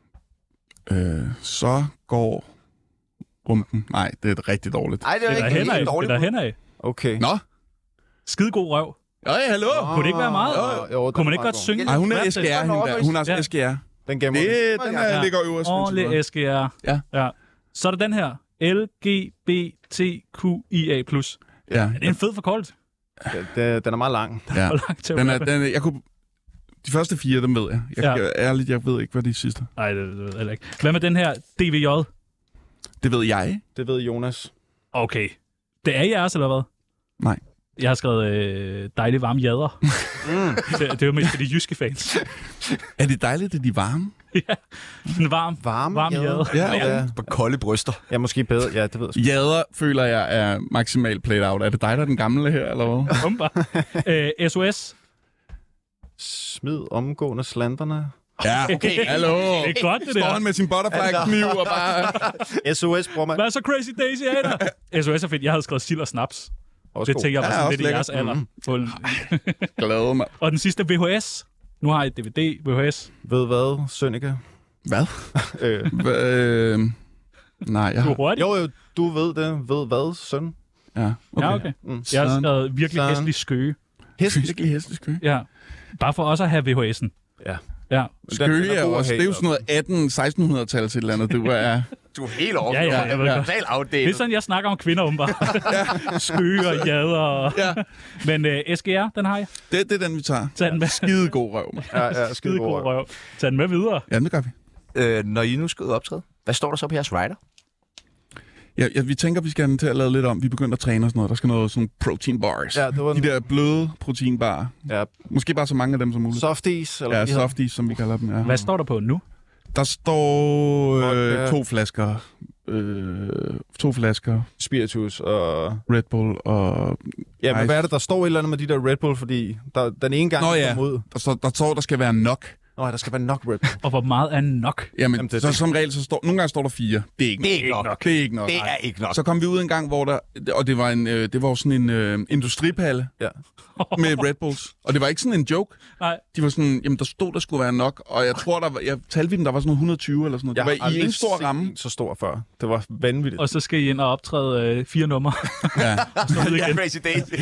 Så går rumpen. Nej, det er rigtig dårligt. Nej, det er Det er ikke henad. helt Det dårligt. er henad. Okay. Nå? Skidegod røv. Hallo? Kunne det ikke være meget? Jo, Kunne man ikke godt synge? Nej, hun er Hvad? SGR, hende der. Hun er også Ja. SGR. Den gemmer vi. Den ligger øverst. Ordentlig SGR. Ja. Så er der den her. LGBTQIA+. Ja. Det er en fed forkortelse. Den er meget lang. Ja. Hvor langt til Jeg kunne... De første 4, dem ved jeg. Jeg ved ikke, hvad de sidste. Nej, det ved jeg ikke. Hvad med den her DVJ? Det ved jeg. Det ved Jonas. Okay. Det er jeres, eller hvad? Nej. Jeg har skrevet dejlig varme jader. Det er jo mest for de jyske fans. Er det dejligt, at de er varme? Ja, sådan varm jader. Ja, okay. Ja. På kolde bryster. Ja, måske bedre. Ja, det ved jeg sgu. Jader føler jeg er maksimalt played out. Er det dig, der er den gamle her, eller hvad? SOS. Smid omgående slanterne. Ja, okay. Hallo. Det er godt, det Står der. han med sin butterfly-kniv og bare... SOS, bror, mand. Hvad er så Crazy Daisy af der? SOS er fedt. Jeg havde skrevet sild og snaps. Også Det tænker jeg var Ja, sådan også lidt i jeres lækkert. alder. Glade, mand. Og den sidste VHS. Nu har jeg et DVD, VHS. Ved hvad, Sønneke? Hvad? Nej, jeg Du er har... hurtig. Jo, du ved det. Ved hvad, søn? Ja, okay. Ja, okay. Mm. Jeg har skrevet virkelig hæslig skøge. Virkelig hæslig skøge. Ja. Bare for også at have VHS'en. Ja. Ja. Skøge er også... Det er jo sådan noget 1800-1600-tal til et eller andet. Du er... Du er helt over. Ja, jeg ved godt. Totalt Det er outdated. sådan, jeg snakker om kvinder åbenbart. Skøge og jader. Og... Ja. Men SGR, den har jeg. Det er den, vi tager. Tag den med. Skide god røv, mand. Ja, Skide god røv. Tag den med videre. Ja, det gør vi. Når I nu skal ud og optræde, hvad står der så på jeres rider? Ja, vi tænker, vi skal til at lave lidt om. Vi begynder at træne og sådan noget. Der skal noget sådan protein bars. Ja, det var De der bløde proteinbarer. Ja. Måske bare så mange af dem som muligt. Softies, eller Ja, hvad de hedder. softies, som vi kalder dem. Ja. Hvad står der på nu? Der står Vodka. 2 flasker. 2 flasker Spiritus og... Red Bull og... Ja, men Ice. hvad er det, der står et eller andet med de der Red Bull, fordi den ene gang... Nå ja, kom ud. der står, der skal være nok. Nå, der skal være nok Red Bull. Og hvor meget er nok? Jamen det er så, det. som regel, så står... Nogle gange står der 4. Det er ikke nok. Det er ikke nok. Det er ikke nok. Det er ikke nok. Så kom vi ud en gang, hvor der... Og det var, det var sådan en industripalle Ja. med Red Bulls. Og det var ikke sådan en joke. Nej. De var sådan... Jamen, der stod, der skulle være nok. Og jeg tror, jeg talte vi dem, der var sådan noget 120 eller sådan noget. Det var i en stor ramme. Så stor før. Det var vanvittigt. Og så skal I ind og optræde 4 numre. Ja. Ja, Crazy Daisy.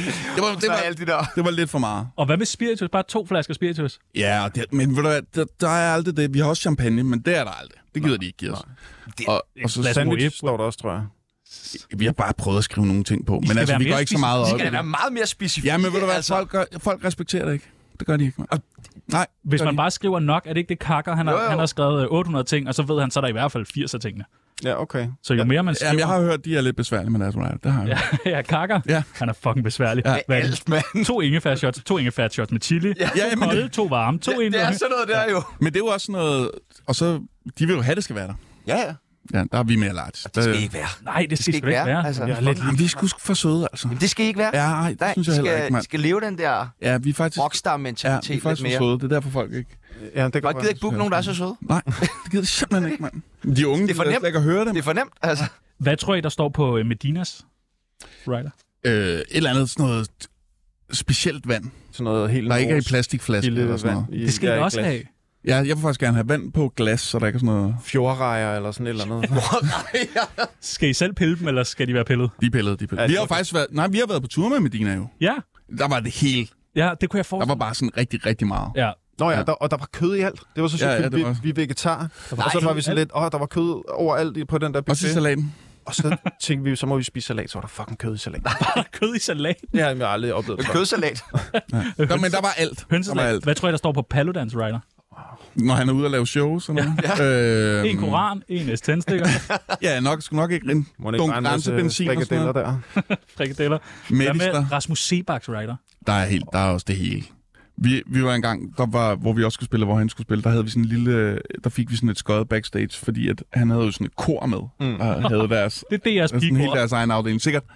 Det var lidt for meget. Og hvad med spiritus? Bare 2 flasker spiritus. Ja, men ved du hvad, der er aldrig det. Vi har også champagne, men det er der aldrig. Det gider de ikke give os. Og så Sandwich står der også, tror jeg. vi har bare prøvet at skrive nogle ting på, men altså, vi går ikke så meget op. Det skal være meget mere specifikt. Ja, men ved du hvad, folk respekterer det ikke. Det gør de ikke. Nej. Hvis man bare skriver nok, er det ikke det Kakker? Han har skrevet 800 ting, og så ved han, så er der i hvert fald 80 af tingene. Ja, okay. Så jo mere man skriver... Jamen, jeg har hørt, de er lidt besværlige med deres writer. Det har jeg. Ja, Kakker. Ja. Han er fucking besværlig. Ja. Hvad er det? Alt, mand. 2 ingefærshots, 2 ingefærshots med chili. Ja, jamen, kolde, 2 varme, 2 Det er sådan noget der jo. Men det er jo også noget... Og så... De vil jo have, det skal være der. Ja. Ja, der er vi mere large. Det skal ikke være. Nej, det skal ikke være. Altså, Jeg er lidt Jamen, vi er sgu for søde, altså. Jamen, det skal I ikke være. Ja, nej, det synes jeg heller ikke, I mand. skal leve den der Ja, vi er faktisk... rockstar-mentalitet Ja, vi er faktisk lidt for mere. søde. Det er derfor folk ikke... Ja, det Folk gider ikke booke nogen, der er så søde. Nej, det gider de simpelthen ikke, mand. De unge, Det er for de nemt. ikke at høre dem. Det er for nemt, altså. Hvad tror I, der står på Medinas rider? Et eller andet sådan noget specielt vand, sådan noget helt der ikke er i mors, plastikflaske eller sådan noget. Det skal I også have. Ja, jeg vil faktisk gerne have vand på glas, så der ikke er sådan noget... Fjordrejer eller sådan et eller andet. Skal I selv pille dem, eller skal de være pillet? De pillede. Ja, Vi har jo faktisk været... Nej, vi har været på tur med Medina jo. Ja. Der var det hele. Ja, det kunne jeg Der forestille var bare sådan rigtig, rigtig meget. Ja. Nå ja, Ja. og der var kød i alt. Det var så Ja, sjovt, ja, det var- vi er vegetar. Og så var vi sådan lidt, der var kød overalt på den der Også i buffet. salaten. Og så tænkte vi, så må vi spise salat, så var der fucking kød i salat. kød i salat. Det har jeg aldrig oplevet før. Kødsalat. Men der var alt. Der var Hønsesalat. alt. Hvad tror I, der står på Paludans rider? Når han er ude og lave shows. Eller En koran, en tændstikker, Ja, nok ikke en Må det dunk ikke være en masse grænsebenzin og sådan frikadeller noget. der? frikadeller. Hvad Medister. med Rasmus Sebaks rider? Der er også det hele. Vi var engang, hvor vi også skulle spille, hvor han skulle spille, der havde vi sådan en lille, der fik vi sådan et skøjet backstage, fordi at han havde jo sådan et kor med, og havde deres, Det er DR's sådan hele pigekor. deres egen afdeling. Sikkert.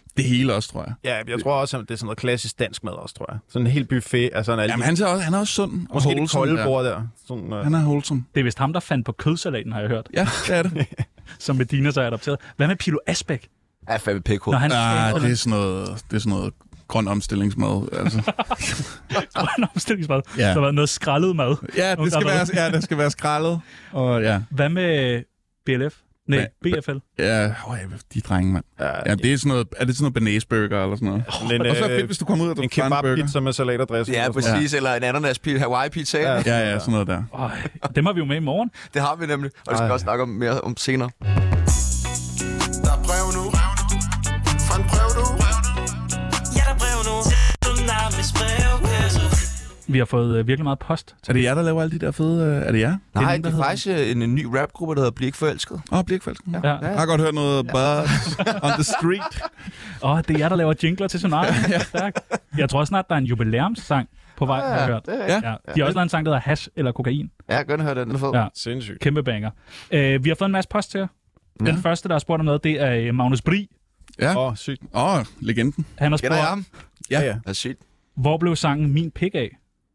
Det hele også, tror jeg. Ja, jeg tror også, at det er sådan noget klassisk dansk mad også, tror jeg. Sådan en helt buffet. Altså Jamen, han er også sund og måske det wholesome. kolde bord der. Sådan, Han er wholesome. Det er vist ham, der fandt på kødsalaten, har jeg hørt. Ja, det er det. Som Medina så er adopteret. Hvad med Pilo Asbæk? Ja, fandme pækhoved. Når han Det er sådan noget grøn omstillingsmad. Altså. grøn omstillingsmad. Ja. Så var noget skrællet mad. Ja, det skal være skrællet. Og ja. Hvad med BLF? Nej, BFL. Ja, de drenge, mand. Ja, det er sådan noget, er det sådan noget banæsburger eller sådan noget? Men, og så er fedt, hvis du kommer ud af en kebab-pizza med salat og dressing. Ja, præcis. Eller en ananas-pizza, Hawaii-pizza. Ja, sådan noget der. Dem har vi jo med i morgen. Det har vi nemlig, og det skal vi også snakke mere om senere. Der er brev nu. Fra en brev nu. Ja, der er brev nu. Tsunamis brevkasse. Vi har fået virkelig meget post. Er det jer, der laver alle de der fede... Er det jer? Nej, det er faktisk en ny rapgruppe, der hedder Bliv ikke forelsket. Bliv ikke forelsket. Ja. Jeg har godt hørt noget Buzz on the Street. Det er jer, der laver jingler til Tsunami. Stærkt. Jeg tror snart, der er en jubilæumssang på vej, har jeg hørt. Ja. De har også lavet en sang, der hedder Hash eller Kokain. Ja, jeg kan godt høre den. Den er fed. Ja. Sindssygt. Kæmpe banger. Vi har fået en masse post til jer. Den første, der har spurgt om noget, det er Magnus Bri. Ja. Sygt. Legenden. Han har spurgt, Kender jeg ham? Ja. Det er sygt. hvor blev sangen Min Pik af?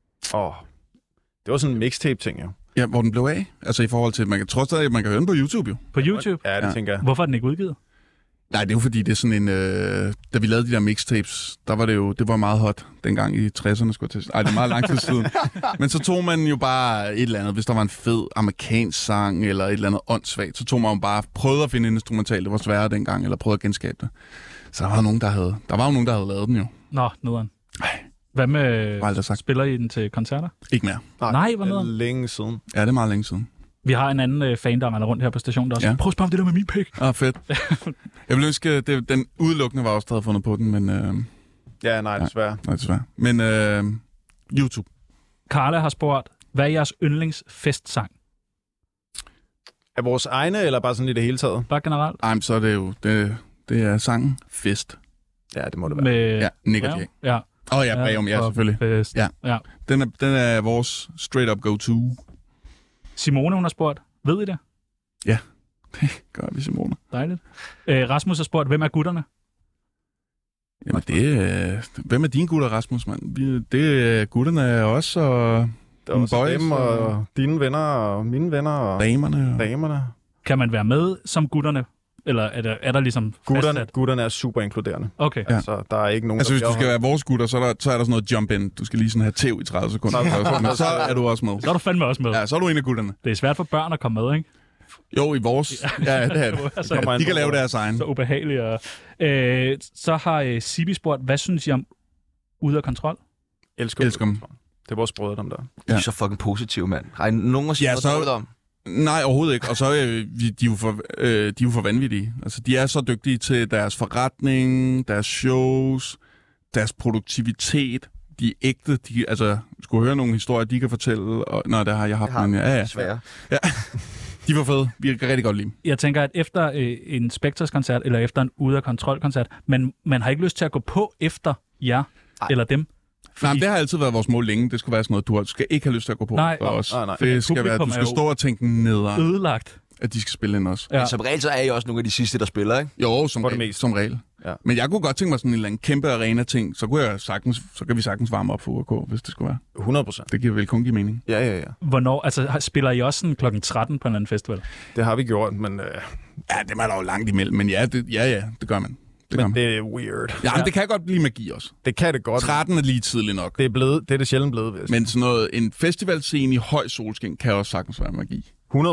Det var sådan en mixtape-ting, jo. Ja, hvor den blev af. Altså i forhold til, man kan trods stadig, man kan høre den på YouTube, jo. På YouTube? Ja, det tænker jeg. Hvorfor er den ikke udgivet? Nej, det er jo fordi, det er sådan en... da vi lavede de der mixtapes, der var det var meget hot dengang i 60'erne, skulle jeg til. Ej, det er meget lang tid siden. Men så tog man jo bare et eller andet, hvis der var en fed amerikansk sang, eller et eller andet åndssvagt, så tog man jo bare, prøvede at finde en instrumental, det var sværere dengang, eller prøvede at genskabe det. Så der var jo nogen, der havde lavet den jo. Nå, nederen. Hvad med, spiller I den til koncerter? Ikke mere. Nej, hvad nederen? Længe siden. Ja, det er meget længe siden. Vi har en anden fan, der render rundt her på stationen, der også prøv at spørge om det der med min pik. Fedt. Jeg vil ønske, den udelukkende var også, der havde fundet på den, men... nej, desværre. Nej, desværre. Men YouTube. Carla har spurgt, hvad er jeres yndlingsfestsang? Er vores egne, eller bare sådan i det hele taget? Bare generelt? Ej, men så er det jo... Det er sangen Fest. Ja, det må det være. Med Nick og Jay. Ja. Breum, selvfølgelig. Fest. Ja. Den er vores straight up go-to. Simone, hun har spurgt, ved I det? Ja, det gør vi, Simone. Dejligt. Rasmus har spurgt, hvem er gutterne? Jamen, hvem er dine gutter, Rasmus, mand? Gutterne er os, og det er også dem, og dine venner, og mine venner, og damerne. Kan man være med som gutterne? Eller er der ligesom Gutterne er super inkluderende. Okay. Ja. Så der er ikke nogen, altså, hvis du skal være vores gutter, så er der sådan noget jump in. Du skal lige sådan have tæv i 30 sekunder. Men så er du også med. Så er du fandme også med. Ja, så er du en af gutterne. Det er svært for børn at komme med, ikke? Jo, i vores. Ja, det er det. De kan lave deres egen. Så ubehageligt. Så har Sibi spurgt, hvad synes I om Ude af Kontrol? Elsker dem. Det er vores brødre, dem der. De er så fucking positive, mand. Har I nogen at sige noget dårligt om? Nej, overhovedet ikke. Og så de er jo for vanvittige. Altså, de er så dygtige til deres forretning, deres shows, deres produktivitet. De er ægte. Altså, skulle høre nogle historier, de kan fortælle. Og, det har jeg haft. Desværre. Ja. De var fede. Vi kan rigtig godt lide dem. Jeg tænker, at efter en Spectres-koncert, eller efter en Ude af Kontrol-koncert, man har ikke lyst til at gå på efter jer eller dem. Fordi... Nej, det har altid været vores mål længe. Det skulle være sådan noget, du skal ikke have lyst til at gå på for os. Nej. Det skal være, du skal stå og tænke nedad. Ødelagt. At de skal spille ind også. Ja. Men som regel, så er I også nogle af de sidste, der spiller, ikke? Jo, som regel. Ja. Men jeg kunne godt tænke mig sådan en eller anden kæmpe arena-ting. Så kan vi sagtens varme op for URK, hvis det skulle være. 100%. Det giver vel kun give mening. Ja. Hvornår? Altså, spiller I også sådan klokken 13 på en eller anden festival? Det har vi gjort, men... Ja, det er der jo langt imellem. Men det gør man. Men det er weird. Ja, men det kan godt blive magi også. Det kan det godt. 13 er lige tidligt nok. Det er det sjældent blevet, hvis. Men sådan noget, en festivalscene i høj solskin kan også sagtens være magi.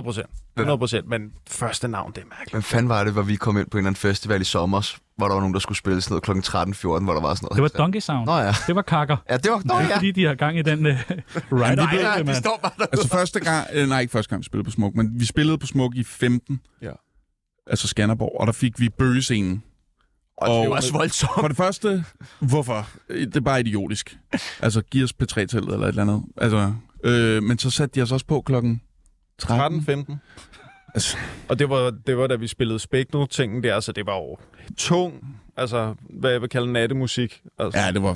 100%. Men første navn, det er mærkeligt. Hvem fanden var det, hvor vi kom ind på en eller anden festival i sommer, hvor der var nogen, der skulle spille sådan noget klokken 13-14, hvor der var sådan noget. Det var Donkey Sound. Nå ja. Det var kakker. Ja, det var fordi, de har gang i den right. Nej, de står bare der. Altså første gang, ikke første gang, vi spillede på Smuk, men vi spillede på Smuk i 15. Ja. Altså Skanderborg, og der fik vi bøgescenen. Og det var også voldsomt. For det første, hvorfor? Det er bare idiotisk. Altså, giv os P3-teltet eller et eller andet. Altså, men så satte de os også på klokken 13-15. Altså. Og det var da vi spillede Spectrum-tingen der, så det var jo tung, altså, hvad jeg vil kalde nattemusik. Altså. Ja, det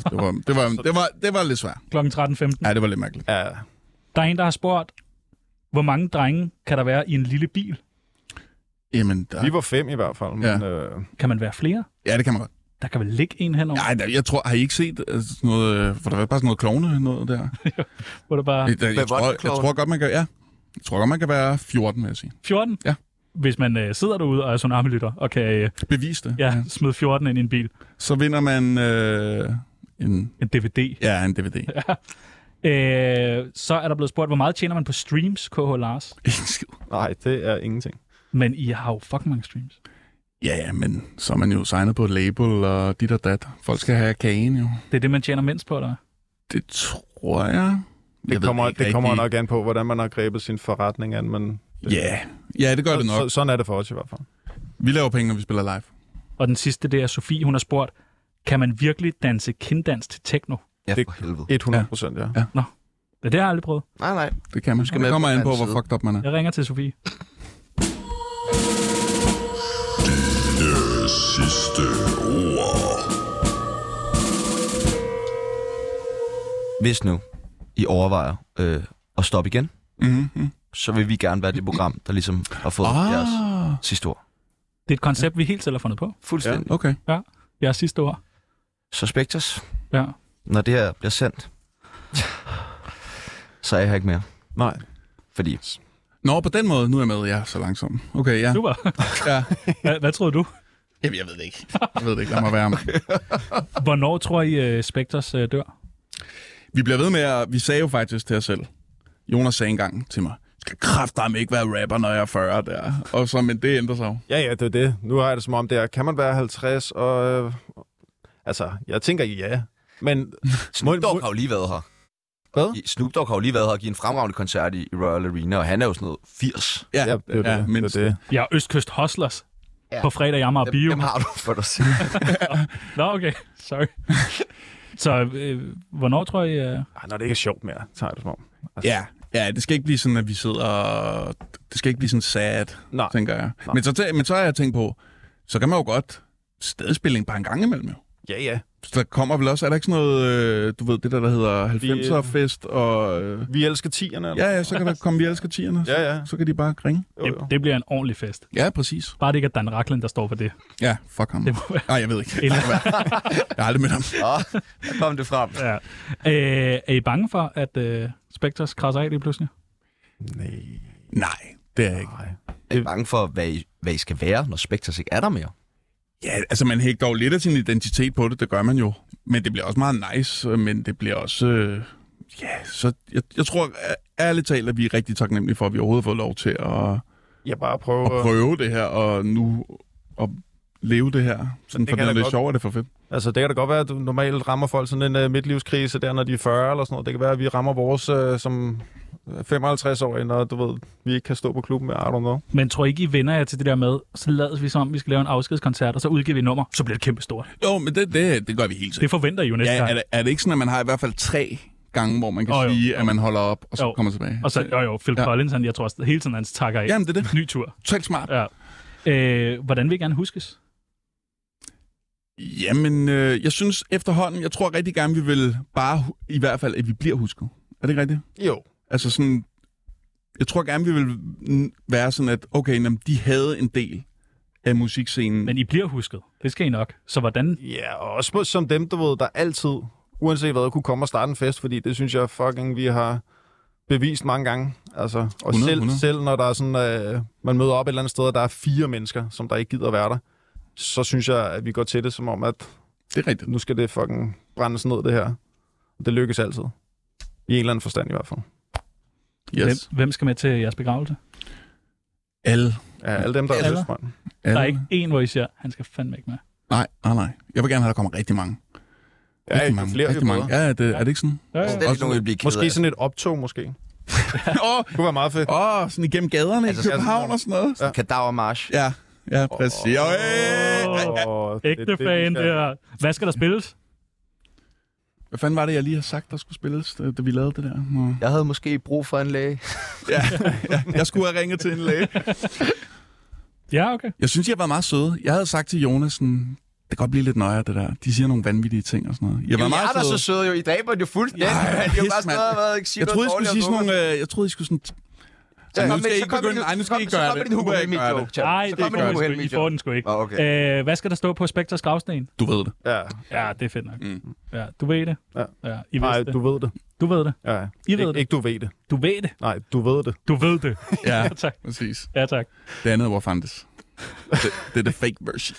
var lidt svært. Klokken 13.15. Ja, det var lidt mærkeligt. Ja. Der er en, der har spurgt, hvor mange drenge kan der være i en lille bil? Jamen, vi var 5 i hvert fald. Ja. Men, kan man være flere? Ja, det kan man godt. Der kan vel ligge en henover? Nej, jeg tror, har I ikke set sådan noget, hvor der var bare sådan noget klovne noget der? Hvor der bare... Jeg tror godt, man kan, ja. Jeg tror godt, man kan være 14, vil jeg sige. 14? Ja. Hvis man sidder derude og er Tsunami-lytter og kan... Bevis det. Ja, smide 14 ind i en bil. Så vinder man en DVD. Ja, en DVD. Ja. Så er der blevet spurgt, hvor meget tjener man på streams, KH Lars? Nej, det er ingenting. Men I har jo fucking mange streams. Ja, men så er man jo signet på et label og dit og dat. Folk skal have kagen jo. Det er det, man tjener mindst på, eller? Det tror jeg. Det kommer nok an på, hvordan man har grebet sin forretning an, men... Ja, det gør det nok. Sådan er det for os i hvert fald. Vi laver penge, når vi spiller live. Og den sidste, det er Sofie, hun har spurgt, kan man virkelig danse kinddans til techno? Ja, for helvede. 100%, ja. Nå, det har jeg aldrig prøvet. Nej. Det kan man. Det kommer an på, hvor fucked up man er. Jeg ringer til Sofie. Det sidste ord. Hvis nu I overvejer at stoppe igen, så vil vi gerne være det program, der ligesom har fået jeres sidste ord. Det er et koncept, vi helt selv har fundet på. Fuldstændig. Ja, okay. Ja, jeres sidste ord. Så Spectres, ja. Når det her bliver sendt, så er jeg her ikke mere. Nej. Fordi... Nå, på den måde, nu er jeg med, ja, så langsomt. Okay, ja. Super. Ja. Hvad troede du? Jamen, jeg ved det ikke. Lad mig være med. Hvornår tror I, Spectres dør? Vi bliver ved med at... Vi sagde jo faktisk til os selv. Jonas sagde engang til mig, skal kraftedeme ikke være rapper, når jeg er 40 der. Og så, men det ændrer sig jo. Ja, det er det. Nu har jeg det som om, det er, kan man være 50 og... altså, jeg tænker ja. Men... Snoop Dogg har jo lige været her. Hvad? Snoop Dogg har jo lige været her og givet en fremragende koncert i Royal Arena, og han er jo sådan noget 80. Ja, det er det. Ja, Østkyst Hustlers. Ja. På fredag i Amager Bio. Dem har du for dig selv. Nå, okay. Sorry. Så hvornår tror I... Når det ikke er sjovt mere, tager jeg det som om. Altså. Ja, det skal ikke blive sådan, at vi sidder og... Det skal ikke blive sådan sad, tænker jeg. Men så har jeg tænkt på, så kan man jo godt stadig spille en par en gang imellem jo. Ja. Så der kommer vel også, er der ikke sådan noget, du ved, det der hedder 90'er-fest og... Vi elsker 10'erne. Eller? Ja, så kan der komme Vi elsker 10'erne. Ja. Så kan de bare ringe. Det bliver en ordentlig fest. Ja, præcis. Bare det ikke er Dan Rachlin, der står for det. Ja, fuck ham. Nej, jeg ved ikke. Jeg har aldrig mødt ham. Der kom det frem. Ja. Er I bange for, at Spectres krasser af det pludselig? Nej, det er jeg ikke. Er I bange for, hvad I skal være, når Spectres ikke er der mere? Ja, altså man hægter jo lidt af sin identitet på det gør man jo. Men det bliver også meget nice, men det bliver også... så jeg tror ærligt talt, at vi er rigtig taknemmelige for, at vi overhovedet har fået lov til at prøve det her, og nu at leve det her. Sådan, for det er lidt sjovt, det er for fedt. Altså, det kan da godt være, at du normalt rammer folk sådan en midtlivskrise der, når de er 40 eller sådan noget. Det kan være, at vi rammer vores som 55-årige, når du ved, vi ikke kan stå på klubben med, I don't know. Men tror I ikke, I vender jer til det der med, så lader vi som om, vi skal lave en afskedskoncert, og så udgiver vi et nummer, så bliver det kæmpe stort. Jo, men det gør vi helt sikkert. Det forventer I jo næste gang. Er det ikke sådan, at man har i hvert fald 3 gange, hvor man kan sige, at man holder op, og så kommer tilbage? Og så, Phil Collins, jeg tror også hele tiden, han takker af. Jamen, det er det. Ny tur. Totalt smart. Ja. Hvordan vil I gerne huskes? Jamen, jeg synes efterhånden, jeg tror rigtig gerne, vi vil bare, i hvert fald, at vi bliver husket. Er det ikke rigtigt? Jo. Altså sådan, jeg tror gerne, vi vil være sådan, at okay, de havde en del af musikscenen. Men I bliver husket. Det skal I nok. Så hvordan? Ja, og også som dem, du ved, der altid, uanset hvad, kunne komme og starte en fest, fordi det synes jeg fucking, vi har bevist mange gange. Altså, og 100. Selv når der er sådan, man møder op et eller andet sted, og der er 4 mennesker, som der ikke gider at være der, så synes jeg, at vi går til det som om, at det er rigtigt. Nu skal det fucking brændes ned, det her. Det lykkes altid. I en eller anden forstand i hvert fald. Yes. Hvem skal med til jeres begravelse? Alle. Ja, alle dem, der er lyst, mand. Der er ikke én, hvor I siger, han skal fandme ikke med. Nej. Jeg vil gerne have, der kommer rigtig mange. Ja, rigtig mange. Ja, er det ikke sådan? Ja. Måske sådan et optog, måske. Det kunne være meget fedt. Sådan igennem gaderne i København og sådan noget. Ja. Kadavermarsch. Ja, præcis. Ægte fan der. Hvad skal der spilles? Hvad fanden var det, jeg lige har sagt, der skulle spilles, da vi lavede det der? Jeg havde måske brug for en læge. ja, jeg skulle have ringet til en læge. Ja, okay. Jeg synes, jeg har været meget søde. Jeg havde sagt til Jonas, sådan, det kan godt blive lidt nøjere, det der. De siger nogle vanvittige ting og sådan noget. Jeg er så søde jo. I dræber jo fuldstændig. Jeg troede, I skulle sige sådan nogle... Jeg troede, I skulle sådan... nu skal I ikke begynde. Nej, nu skal I ikke gøre det. Nu må ikke gøre det. Nej, I får den sgu ikke. Okay. Hvad skal der stå på Spectres gravsten? Du ved det. Ja. Ja, det er fedt nok. Ja, du ved det. Ja. I Nej, vidste det. du ved det. Du ved det. Ja. I ved det. Ikke du ved det. Du ved det. Nej, du ved det. Du ved det. Ja, tak. præcis. Ja, tak. Det andet var fandtes. Det er the fake version.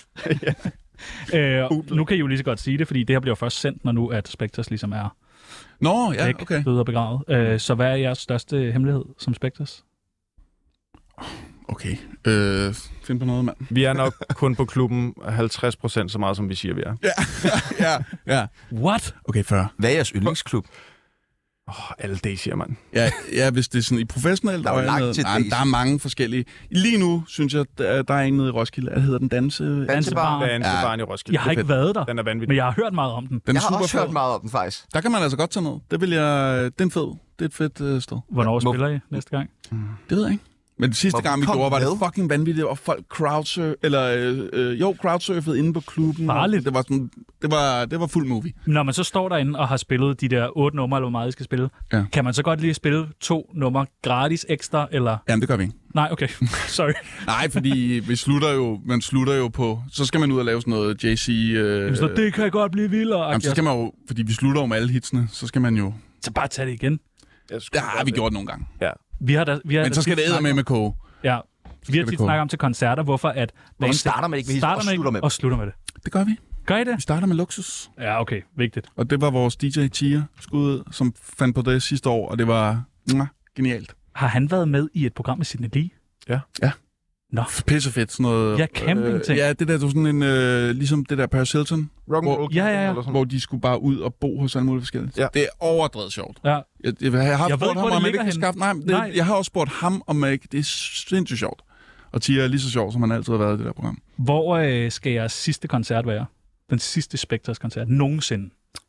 Nu kan I jo lige så godt sige det, fordi det her bliver først sendt, når nu at Spectres ligesom er Nå, ja, væk, okay. død og begravet. Så hvad er jeres største hemmelighed som Spectres? Okay. Find på noget, mand. Vi er nok kun på klubben 50% så meget, som vi siger, vi er. Ja. What? Okay, 40. Hvad er jeres yndlingsklub? Alle det siger man. Ja, hvis det er sådan i professionelt... Der er jo langt til det. Der er mange forskellige. Lige nu, synes jeg, der er en nede i Roskilde. Hvad hedder den? Dansebaren Dansebaren i Roskilde. Jeg har ikke været der, Den er vanvittig. men jeg har hørt meget om den. Jeg har også hørt meget om den, faktisk. Der kan man altså godt tage noget. Det er en fed. Det er et fedt sted. Hvornår spiller I næste gang? Det ved jeg ikke. Men det sidste gang, vi gjorde, var det fucking vanvittigt, og folk crowdsurfede inde på klubben. Farligt. Det var fuld movie. Når man så står derinde og har spillet de der 8 numre, eller hvor meget I skal spille, kan man så godt lige spille 2 numre gratis ekstra, eller? Jamen, det gør vi ikke. Nej, okay. Sorry. Nej, fordi man slutter jo på... Så skal man ud og lave sådan noget JC... det kan godt blive vildere. Jamen, så skal man jo... Fordi vi slutter jo med alle hitsene, så skal man jo... Så bare tage det igen. Ja, vi gjort det nogle gange. Ja. Men så skal det æde med koge. Ja. Vi har tit snakket om til koncerter, hvorfor at... Hvorfor starter man ikke med hits og slutter med det? Det gør vi. Gør I det? Vi starter med Luksus. Ja, okay. Vigtigt. Og det var vores DJ Tia skud, som fandt på det sidste år, og det var genialt. Har han været med i et program med Sidney Lee? Ja. Nå. Pissefedt, sådan noget... Ja, camping-ting. Ja, det der var sådan en... ligesom det der Paris Hilton. Ja. Hvor de skulle bare ud og bo hos alle mulige forskellige. Ja. Det er overdrevet sjovt. Ja. Jeg har spurgt ham, om ikke kan skaffe... Nej, jeg har også spurgt ham, om ikke... Det er sindssygt sjovt. Og Tia er lige så sjov, som han altid har været i det der program. Hvor skal jeres sidste koncert være? Den sidste Spectres-koncert nogensinde?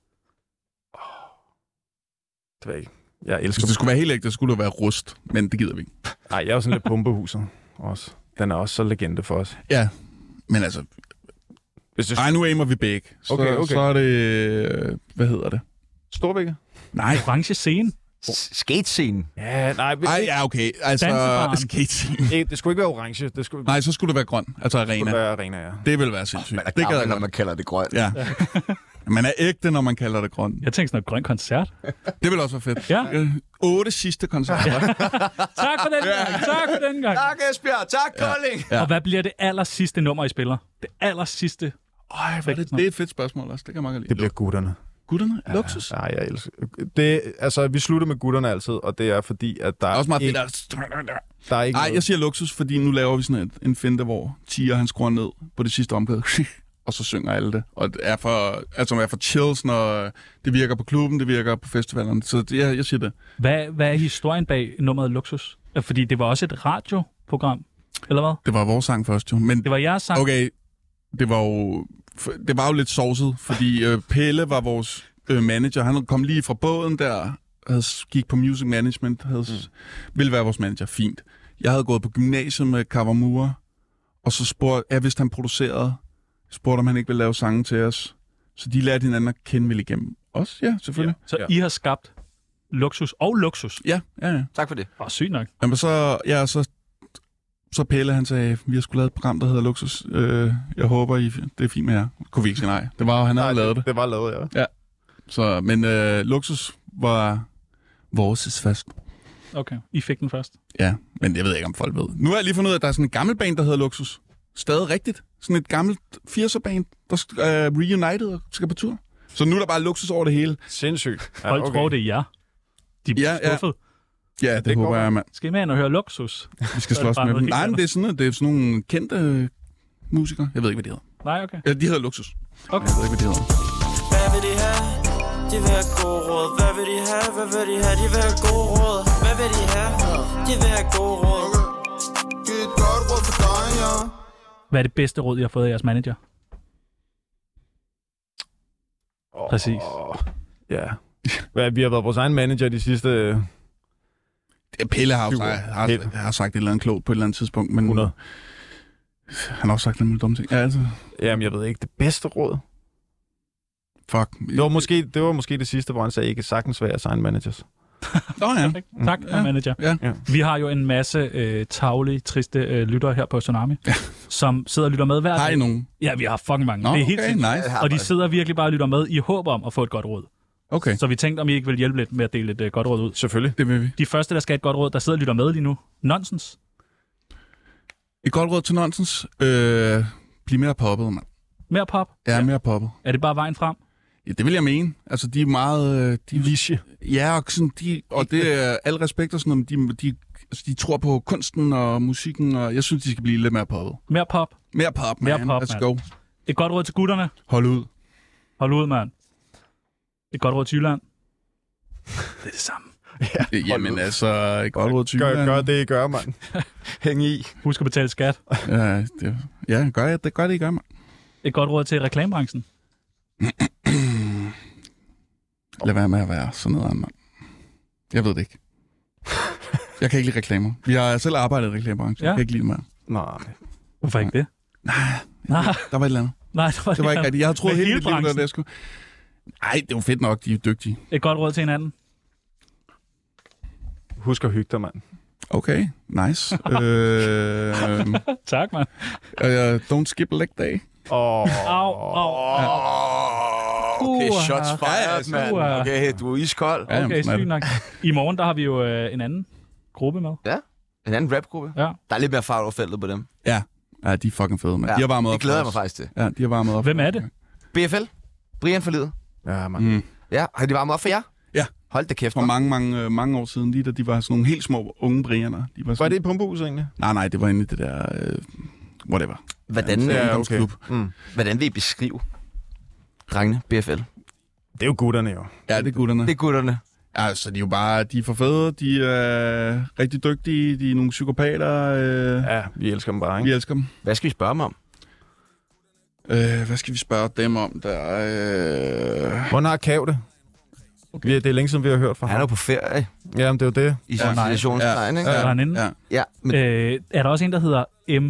Det ved jeg ikke. Jeg elsker... Hvis det skulle være helt ægte, så skulle det være Rust, men det gider vi ikke. Nej, jeg er jo sådan lidt pumpehuset også. Den er også så legende for os. Ja, men altså... Nej, nu aimer vi begge. Okay. Så er det... Hvad hedder det? Storvægge? Nej. Orange scene? Skate-scene? Ja, nej. Ja, okay. Altså, skate-scene. Det skulle ikke være orange. Nej, så skulle det være grøn. Altså arena. Det skulle være arena, ja. Det vil være sindssygt. Man er gammel, når man kalder det grøn. Ja. Man er ægte, når man kalder det grøn. Jeg tænkte sådan noget grøn koncert. Det vil også være fedt. Ja. 8 sidste koncerter. Tak for den gang. Tak for den gang. Tak, Esbjerg. Tak, Kolding. Ja. Og hvad bliver det aller sidste nummer, I spiller? Det aller sidste. Det er et fedt spørgsmål også. Det kan man godt lide. Det bliver gutterne. Gutterne? Luksus? Ja, jeg elsker det. Altså, vi slutter med gutterne altid, og det er fordi, at der er også meget ikke... Der er ikke Nej, jeg siger luksus, fordi nu laver vi sådan en finte, hvor Tia han skruer ned på det sidste omkvæd, og så synger alle det. Og det er for chills, når det virker på klubben, det virker på festivalerne. Så jeg siger det. Hvad er historien bag nummeret Luksus? Fordi det var også et radioprogram, eller hvad? Det var vores sang først jo. Men det var jeres sang? Okay, det var jo lidt sovset, fordi Pelle var vores manager. Han kom lige fra båden der, gik på music management, ville være vores manager. Fint. Jeg havde gået på gymnasiet med Kawamura, og så spurgte jeg, hvis han producerede, om han ikke ville lave sange til os. Så de lærte hinanden at kende vel igennem os. Ja, selvfølgelig. Ja. Så I har skabt Luksus og Luksus? Ja. Tak for det. Sygt nok. Jamen så Pelle, han sagde, vi har sgu lavet et program, der hedder Luksus. Jeg håber, det er fint med jer. Kunne vi ikke sige nej. Det var jo, han havde lavet det. Det var lavet, ja. Så, men Luksus var vores først. Okay, I fik den først. Ja, men jeg ved ikke, om folk ved. Nu har jeg lige fundet ud af, at der er sådan en gammel band, der hedder Luksus. Stadig rigtigt. Sådan et gammelt 80'er-band, der reunited og skal på tur. Så nu er der bare Luksus over det hele. Sindssygt. Ja, folk tror, det er jer. De er skuffet. Ja, det håber jeg, mand. Skal I med ind og høre Luksus? Vi skal slås med dem. Nej, men det er sådan nogle kendte musikere. Jeg ved ikke, hvad de hedder. Nej, okay. Ja, de hedder Luksus. Okay. Jeg ved ikke, hvad de hedder. Hvad vil de have? De vil have gode råd. Hvad vil de have? Hvad vil de have? De vil have gode råd. Hvad vil de have? De vil have gode råd. Giv et godt råd for dig, ja. Hvad er det bedste råd, I har fået af jeres manager? Præcis. Ja. Vi har været vores egen manager de sidste... Pelle har sagt et eller andet klogt på et eller andet tidspunkt, men 100. Han har også sagt nogle dumme ting. Ja, altså. Jamen, jeg ved ikke. Det bedste råd? Fuck. Det var måske det sidste, hvor han sagde, ikke sagtens være sign managers. Tak, manager. Ja. Vi har jo en masse tavlige, triste lyttere her på Tsunami, som sidder og lytter med hver dag. Har I nogen? Ja, vi har fucking mange. Nå, det er helt okay, sindssygt. nice. Og de sidder virkelig bare og lytter med i håb om at få et godt råd. Okay, Så vi tænkte, om I ikke vil hjælpe lidt med at dele et godt råd ud. Selvfølgelig. det vil vi. De første, der skal have et godt råd, der sidder og lytter med lige nu. Nonsens. Et godt råd til nonsens. Bliv mere poppet, mand. Mere pop. Ja, mere poppet. Er det bare vejen frem? Ja, det vil jeg mene. Altså, de er meget... Niche. Ja, og, sådan, og det er al respekt og sådan noget, de tror på kunsten og musikken, og jeg synes, de skal blive lidt mere poppet. Mere pop. Mere pop, man. Mere pop, Let's man. go. Et godt råd til gutterne. Hold ud. Hold ud, mand. Et godt råd til Jylland. Det er det samme. Jamen altså, et godt råd til Gør det, I gør, mand. Hæng i. Husk at betale skat. Gør det, I gør, mand. Et godt råd til reklamebranchen. Lad være med at være sådan noget, mand. Jeg ved det ikke. Jeg kan ikke lide reklamer. Vi har selv arbejdet i reklamebranchen. Ja. Jeg kan ikke lide det mere. Nej. Hvorfor ikke det? Nej. Nej. Der var et eller andet. Nej, Det var ikke rigtigt. Jeg havde troet Med hele hele mit liv, branchen. det skulle... Nej, det var fedt nok. De er dygtige. Et godt råd til hinanden. Husk at hygge dig, mand. Okay, nice. Tak, mand. Don't skip leg day. Au. Okay, shots fired, ja, mand. Okay, du er iskold. Ja, Okay, sådan er sygt nok. I morgen, der har vi jo en anden gruppe med. En anden rapgruppe. Ja. Der er lidt mere fart over feltet på dem. Ja, de er fucking fede, mand. Ja, De har varmet op. det glæder for jeg mig os. faktisk til. Ja, de har varmet op. Hvem er det? BFL. Brian for livet. Ja, mand. Ja, har de varmet op for jer? Ja. Hold da kæft. For mange år siden, lige da de var sådan nogle helt små unge Brianer. De var, sådan... Var det i Pumpehus egentlig? Nej, det var inde i det der... whatever. Hvordan vil I beskrive drengene, BFL? Det er jo gutterne jo. Ja, det er gutterne. Det er gutterne. Altså, de er jo bare... De er for fede, de er rigtig dygtige, de er nogle psykopater. Ja, vi elsker dem bare, Vi ikke? elsker dem. Hvad skal vi spørge dem om? Hvad skal vi spørge dem om der? Hvordan har Kav det? Okay. Det er længe siden, vi har hørt fra Han er jo ham. på ferie Jamen, det er jo det. i sin situationstegn, ikke? Er han inde? Ja. Ja, men Er der også en, der hedder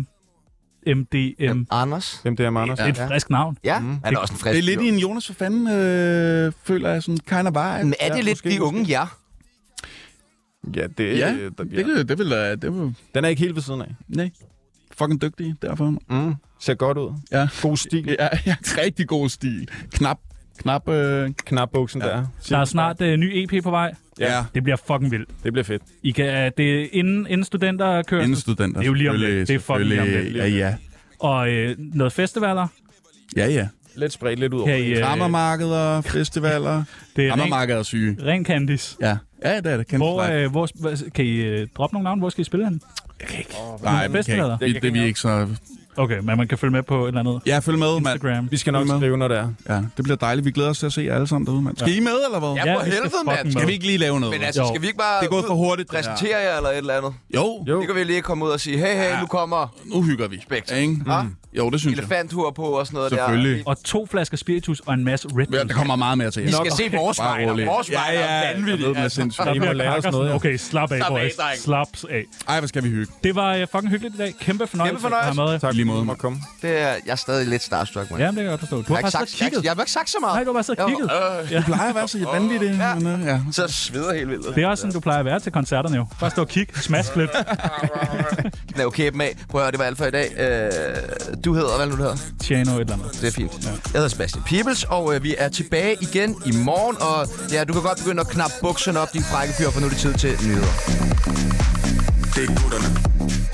MDM? Anders? Hvem det er, Anders? Det er et frisk navn. Ja, han er også en frisk Det er lidt fyr. i en Jonas for fanden, føler jeg sådan kind of vibe. Men er det lidt de unge jer? Ja, det Ja, er... det vil Den er ikke helt ved siden af. nej. Fucking dygtige derfor. Ser godt ud. Ja. God stil. Ja, rigtig god stil. Knap. Knapbuksen der. Der er snart ny EP på vej. Ja. Det bliver fucking vildt. Det bliver fedt. I kan, det er inden studenter kører. Inden studenter. Det er jo lige om lidt. Det er fucking lige om lidt. Ja. Og noget festivaler. Ja. Lidt spredt lidt ud over. Kan I, Rammermarkeder, festivaler. det er Rammermarkeder er syge. ren Candice. Ja, det er det. Hvor kan I droppe nogle navne? Hvor skal I spille hen? Nej, festivaler? det er vi ikke så... Okay, men man kan følge med på et eller andet Ja, følg med, mand. Instagram. Vi skal nok Følg med. skrive, når det er. Ja, det bliver dejligt. Vi glæder os til at se jer alle sammen derude, mand. Skal I med, eller hvad? Ja, for vi skal helvede, fucking mand. med. Skal vi ikke lige lave noget? Men altså, Jo. skal vi ikke bare Det er gået for hurtigt. det her. præsentere jer eller et eller andet? Jo, Det kan vi lige komme ud og sige, hey, nu kommer nu hygger vi. Spekt. Ikke? Jo, det synes jeg. elefanthur på og sådan noget Selvfølgelig. der. Og 2 flasker spiritus og en masse Red Ja, Bull. der kommer meget mere til. I skal se vores Bare vejner. rolig. Vores vejner er vanvittigt. Jeg ved, det er sindssygt. Der I må bliver lære os kakker noget, sådan. ja. Okay, slap af, Slap af, boys. dreng. Slap af. Ej, hvad skal vi hygge? Det var fucking hyggeligt i dag. Kæmpe fornøjelse. Kæmpe fornøjelse. at have med. Tak, I lige måde. fordi du måtte komme. Det er, jeg er stadig lidt starstruck, man. Ja, det kan jeg godt forstå. Du har faktisk også kigget. Jeg har ikke sagt så meget. Nej, du har bare siddet og kigget. Du plejer at være så vanvittig. Ja. Men, ja. Så sveder helt vildt. Det er også sådan, du plejer at være til koncerterne jo. Bare stå og kigge, smask lidt. Knæv kæben af. Prøv at høre, det var alt for i dag. Du hedder, hvad nu du hedder? Tjano et eller andet. Det er fint. Jeg hedder Sebastian Peebles, og vi er tilbage igen i morgen. Og ja, du kan godt begynde at knappe bukserne op, din frække fyr, for nu er det tid til nyheder. Det er gutterne.